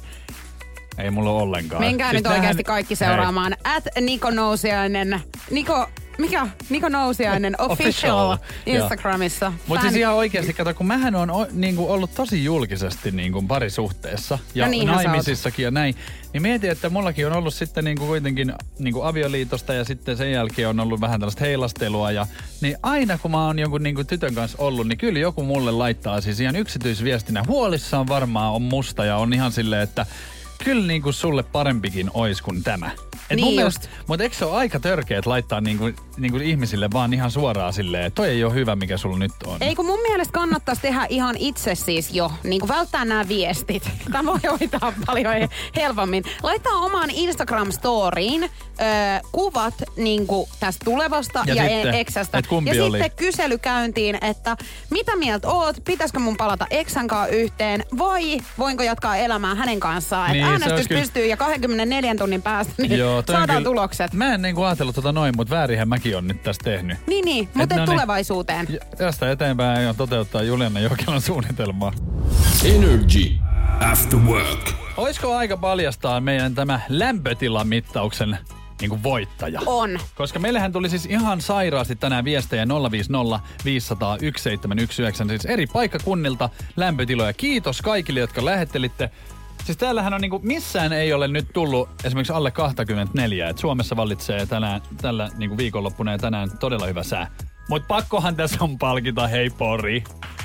ei mulla ole ollenkaan. Menkää siis nyt oikeasti kaikki seuraamaan. At Niko Nousiainen. Niko, mikä? Niko Nousiainen official Official, Instagramissa. Mutta Fan- siis ihan oikeasti, kato, kun mähän on o, niinku, ollut tosi julkisesti niinku, parisuhteessa ja No niinhän sä naimisissakin ja näin, niin mietin, että mullakin on ollut sitten niinku, kuitenkin niinku, avioliitosta ja sitten sen jälkeen on ollut vähän tällaista heilastelua. Ja, niin aina kun mä oon jonkun niinku, tytön kanssa ollut, niin kyllä joku mulle laittaa siis ihan yksityisviestinä. Huolissaan varmaan on musta ja on ihan silleen, että kyllä niinku, sulle parempikin ois kuin tämä. Et Niin mun just. mielestä, mutta eikö se ole aika törkeä, että laittaa niinku niinku ihmisille vaan ihan suoraan silleen, että toi ei ole hyvä, mikä sulla nyt on. Ei kun mun mielestä kannattaisi tehdä ihan itse siis jo, niin kuin välttää nämä viestit. Tämä voi hoitaa paljon helpommin. Laittaa omaan Instagram-storiin ö, kuvat niin kuin tästä tulevasta ja, ja sitten, eksästä. Ja oli? sitten kyselykäyntiin, että mitä mieltä oot, pitäisikö mun palata eksän kanssa yhteen vai voinko jatkaa elämää hänen kanssaan. Niin, että äänestys pystyy kyllä. Ja kaksikymmentäneljä tunnin päästä niin joo, saadaan kyllä, tulokset. Mä en niin kuin ajatellut tota noin, mutta väärinhän mäkin on nyt tässä tehnyt. Niin, niin mutta no tulevaisuuteen. Niin, tästä eteenpäin aion toteuttaa Juliana Jokelan suunnitelmaa. Energy After Work. Olisiko aika paljastaa meidän tämä lämpötilamittauksen niin kuin voittaja? On. Koska meillähän tuli siis ihan sairaasti tänään viestejä nolla viisi nolla viisi nolla nolla yksi seitsemän yksi yhdeksän, siis eri paikkakunnilta lämpötiloja. Kiitos kaikille, jotka lähettelitte. Siis täällähän on niinku, missään ei ole nyt tullut esimerkiksi alle kaksikymmentäneljä, että Suomessa vallitsee tänään, tällä niinku viikonloppuna ja tänään todella hyvä sää. Mut pakkohan tässä on palkita, hei Pori.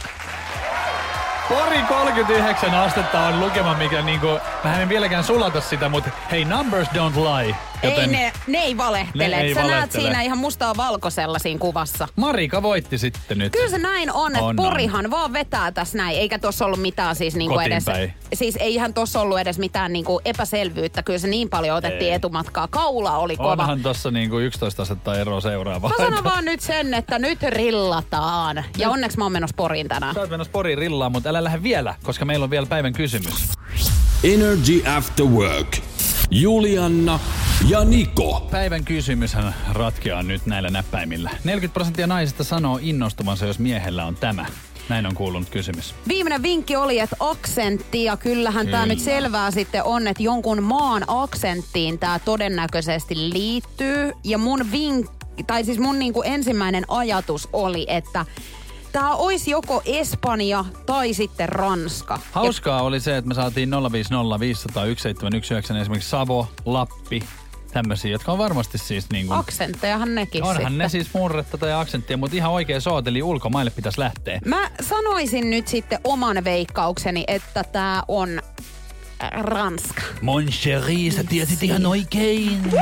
Pori kolmekymmentäyhdeksän astetta on lukema, mikä niinku, mä en vieläkään sulata sitä, mutta hei, numbers don't lie. Joten ei ne, ne ei valehtele. Ne ei Sä valehtele. näet siinä ihan mustaa valkoisella siinä kuvassa. Marika voitti sitten nyt. Kyllä se näin on, että on, Porihan on. vaan vetää tässä näin. Eikä tossa ollut mitään siis niinku edes... Päin. Siis eihän tossa ollut edes mitään niinku epäselvyyttä. Kyllä se niin paljon otettiin ei. etumatkaa. Kaula oli kova. Onhan tossa niinku yksitoista asetta eroa seuraavaa. Mä sanon vaan nyt sen, että nyt rillataan. Ja onneksi mä oon menossa Poriin tänään. Sä oot menossa Poriin rillaan, mutta älä lähde vielä, koska meillä on vielä päivän kysymys. Energy After Work. Julianna ja Niko. Päivän kysymyshän ratkeaa nyt näillä näppäimillä. neljäkymmentä prosenttia naisista sanoo innostuvansa, jos miehellä on tämä. Näin on kuulunut kysymys. Viimeinen vinkki oli, että aksentti, ja kyllähän Kyllä. tämä nyt selvää sitten on, että jonkun maan aksenttiin tämä todennäköisesti liittyy. Ja mun vinkki, tai siis mun niinku ensimmäinen ajatus oli, että tää olisi joko Espanja tai sitten Ranska. Hauskaa ja oli se, että me saatiin nolla viisi nolla viisi nolla nolla yksi seitsemän yksi yhdeksän esimerkiksi Savo, Lappi, tämmöisiä, jotka on varmasti siis niin kuin... Aksenttejahan nekin Onhan sitten. ne siis murretta tai aksenttia, mutta ihan oikein soot, eli ulkomaille pitäisi lähteä. Mä sanoisin nyt sitten oman veikkaukseni, että tää on Ranska. Mon chéri, sä tiesit ihan oikein.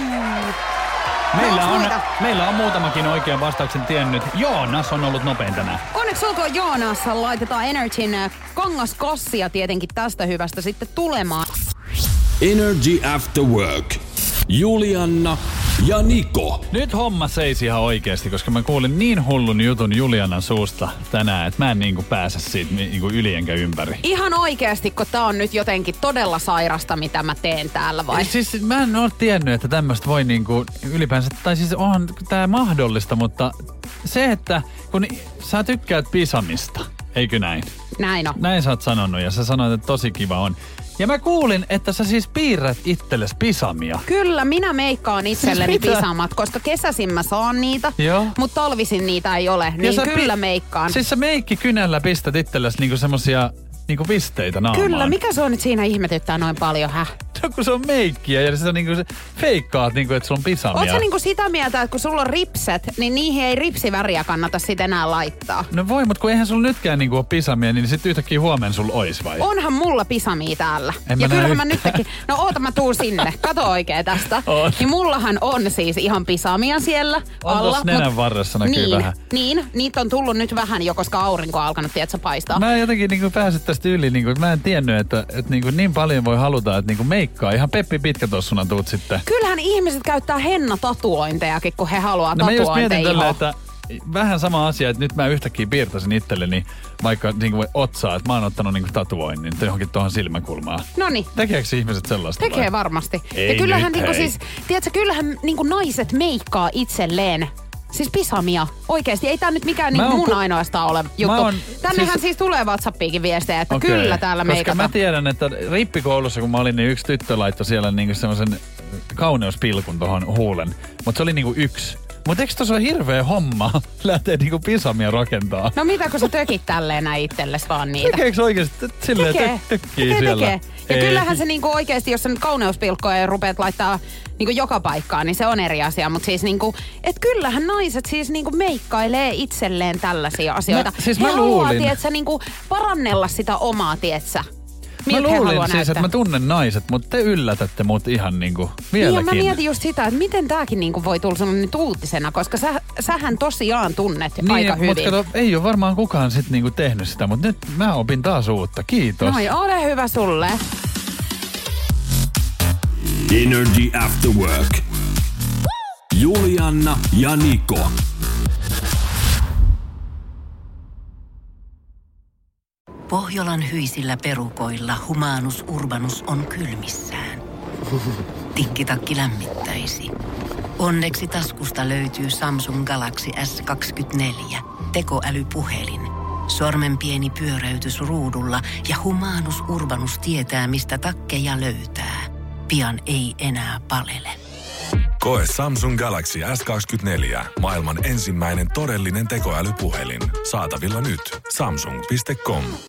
Meillä on, meillä on muutamakin oikean vastauksen tiennyt. Joonas on ollut nopein tänään. Onneksi olkoon Joonas. Laitetaan Energyn kangaskassia tietenkin tästä hyvästä sitten tulemaan. Energy After Work. Julianna ja Niko. Nyt homma seisi ihan oikeasti, koska mä kuulin niin hullun jutun Julianan suusta tänään, että mä en niinku pääse siitä niinku yli enkä ympäri. Ihan oikeasti, kun tää on nyt jotenkin todella sairasta, mitä mä teen täällä vai? Siis mä en ole tiennyt, että tämmöistä voi niinku ylipäänsä, tai siis onhan tää mahdollista, mutta se, että kun sä tykkäät pisamista, eikö näin? Näin on. Näin sä oot sanonut ja sä sanoit, että tosi kiva on. Ja mä kuulin, että sä siis piirrät itsellesi pisamia. Kyllä, minä meikkaan itselleni siis pisamat, koska kesäisin mä saan niitä, Joo. mutta talvisin niitä ei ole, niin kyllä pi- meikkaan. Siis sä meikkikynällä pistät itsellesi niinku semmosia niinku pisteitä naamaan. Kyllä, mikä se on nyt siinä ihmetyttää noin paljon, häh? No kun se on meikkiä ja sä niinku se feikkaat niinku, että sulla on pisamia. Oot sä niinku sitä mieltä, että kun sulla on ripset, niin niihin ei ripsiväriä kannata sit enää laittaa? No voi, mutta kun eihän sulla nytkään niinku ole pisamia, niin sit yhtäkkiä huomenna sulla ois vai? Onhan mulla pisamia täällä. En ja mä kyllähän mä nytkin, no oota mä tuun sinne, kato oikein tästä. On. Niin mullahan on siis ihan pisamia siellä on alla. On nenän varressa näkyy niin, vähän. Niin, niitä on tullut nyt vähän jo, koska aurinko on alkanut, tiedätkö, paistaa. Mä en jotenkin niinku pääse tästä yli, niinku, mä en tiennyt, että, että niinku niin paljon voi haluta, että niinku meikkaa ihan Peppi Pitkätossuna tuut sitten. Kyllähän ihmiset käyttää henna-tatuointejakin, kun he haluaa no tatuointeja. No mä just mietin tällä, että vähän sama asia, että nyt mä yhtäkkiä piirtäisin itselleni vaikka niinku otsaa, että mä oon ottanut niinku tatuoinnin johonkin tuohon silmäkulmaan. Noniin. Tekeekö ihmiset sellaista? Tekee vai? varmasti. Ei ja kyllähän nyt, niinku hei. siis, tiedätkö, kyllähän niinku naiset meikkaa itselleen. Siis pisamia. Oikeesti. Ei tää nyt mikään niin mun ku... ainoastaan ole juttu. On, Tännehän siis... siis tulee WhatsAppiinkin viestejä, että okay. kyllä täällä meikataan. Koska mä tiedän, että rippikoulussa kun mä olin, niin yksi tyttö laittoi siellä niinku semmoisen kauneuspilkun tohon huulen. Mutta se oli niinku yksi. Mutta eikö tuossa ole hirveä homma lähteä niinku pisamia rakentaa? No mitä kun sä tökit tälleen näin itsellesi vaan niitä? Tekeekö oikeesti silleen tekee. tökkii tekee, siellä? Tekee. Ja Ei. kyllähän se niinku oikeesti, jos sä nyt kauneuspilkkoa ja rupeat laittaa niinku joka paikkaan, niin se on eri asia. Mutta siis niinku, et kyllähän naiset siis niinku meikkailee itselleen tällaisia asioita. Mä, siis He mä haluaa, luulin. tietsä, niinku parannella sitä omaa, tietsä. Mä miltä he luulin haluaa siis, näyttää. että mä tunnen naiset, mutta te yllätätte mut ihan niinku vieläkin. Niin, ja mä mietin just sitä, että miten tääkin niinku voi tulla sun nyt uutisena, koska sä, sähän tosiaan tunnet niin, aika hyvin. Mutta kato, ei ole varmaan kukaan sit niinku tehnyt sitä, mutta nyt mä opin taas uutta. Kiitos. Noi, ole hyvä sulle. Energy After Work. Julianna ja Niko. Pohjolan hyisillä perukoilla Humanus Urbanus on kylmissään. Tikkitakki lämmittäisi. Onneksi taskusta löytyy Samsung Galaxy S kaksikymmentäneljä, tekoälypuhelin. Sormen pieni pyöräytys ruudulla ja Humanus Urbanus tietää, mistä takkeja löytää. Pian ei enää palele. Koe Samsung Galaxy S kaksikymmentäneljä, maailman ensimmäinen todellinen tekoälypuhelin. Saatavilla nyt. Samsung piste com.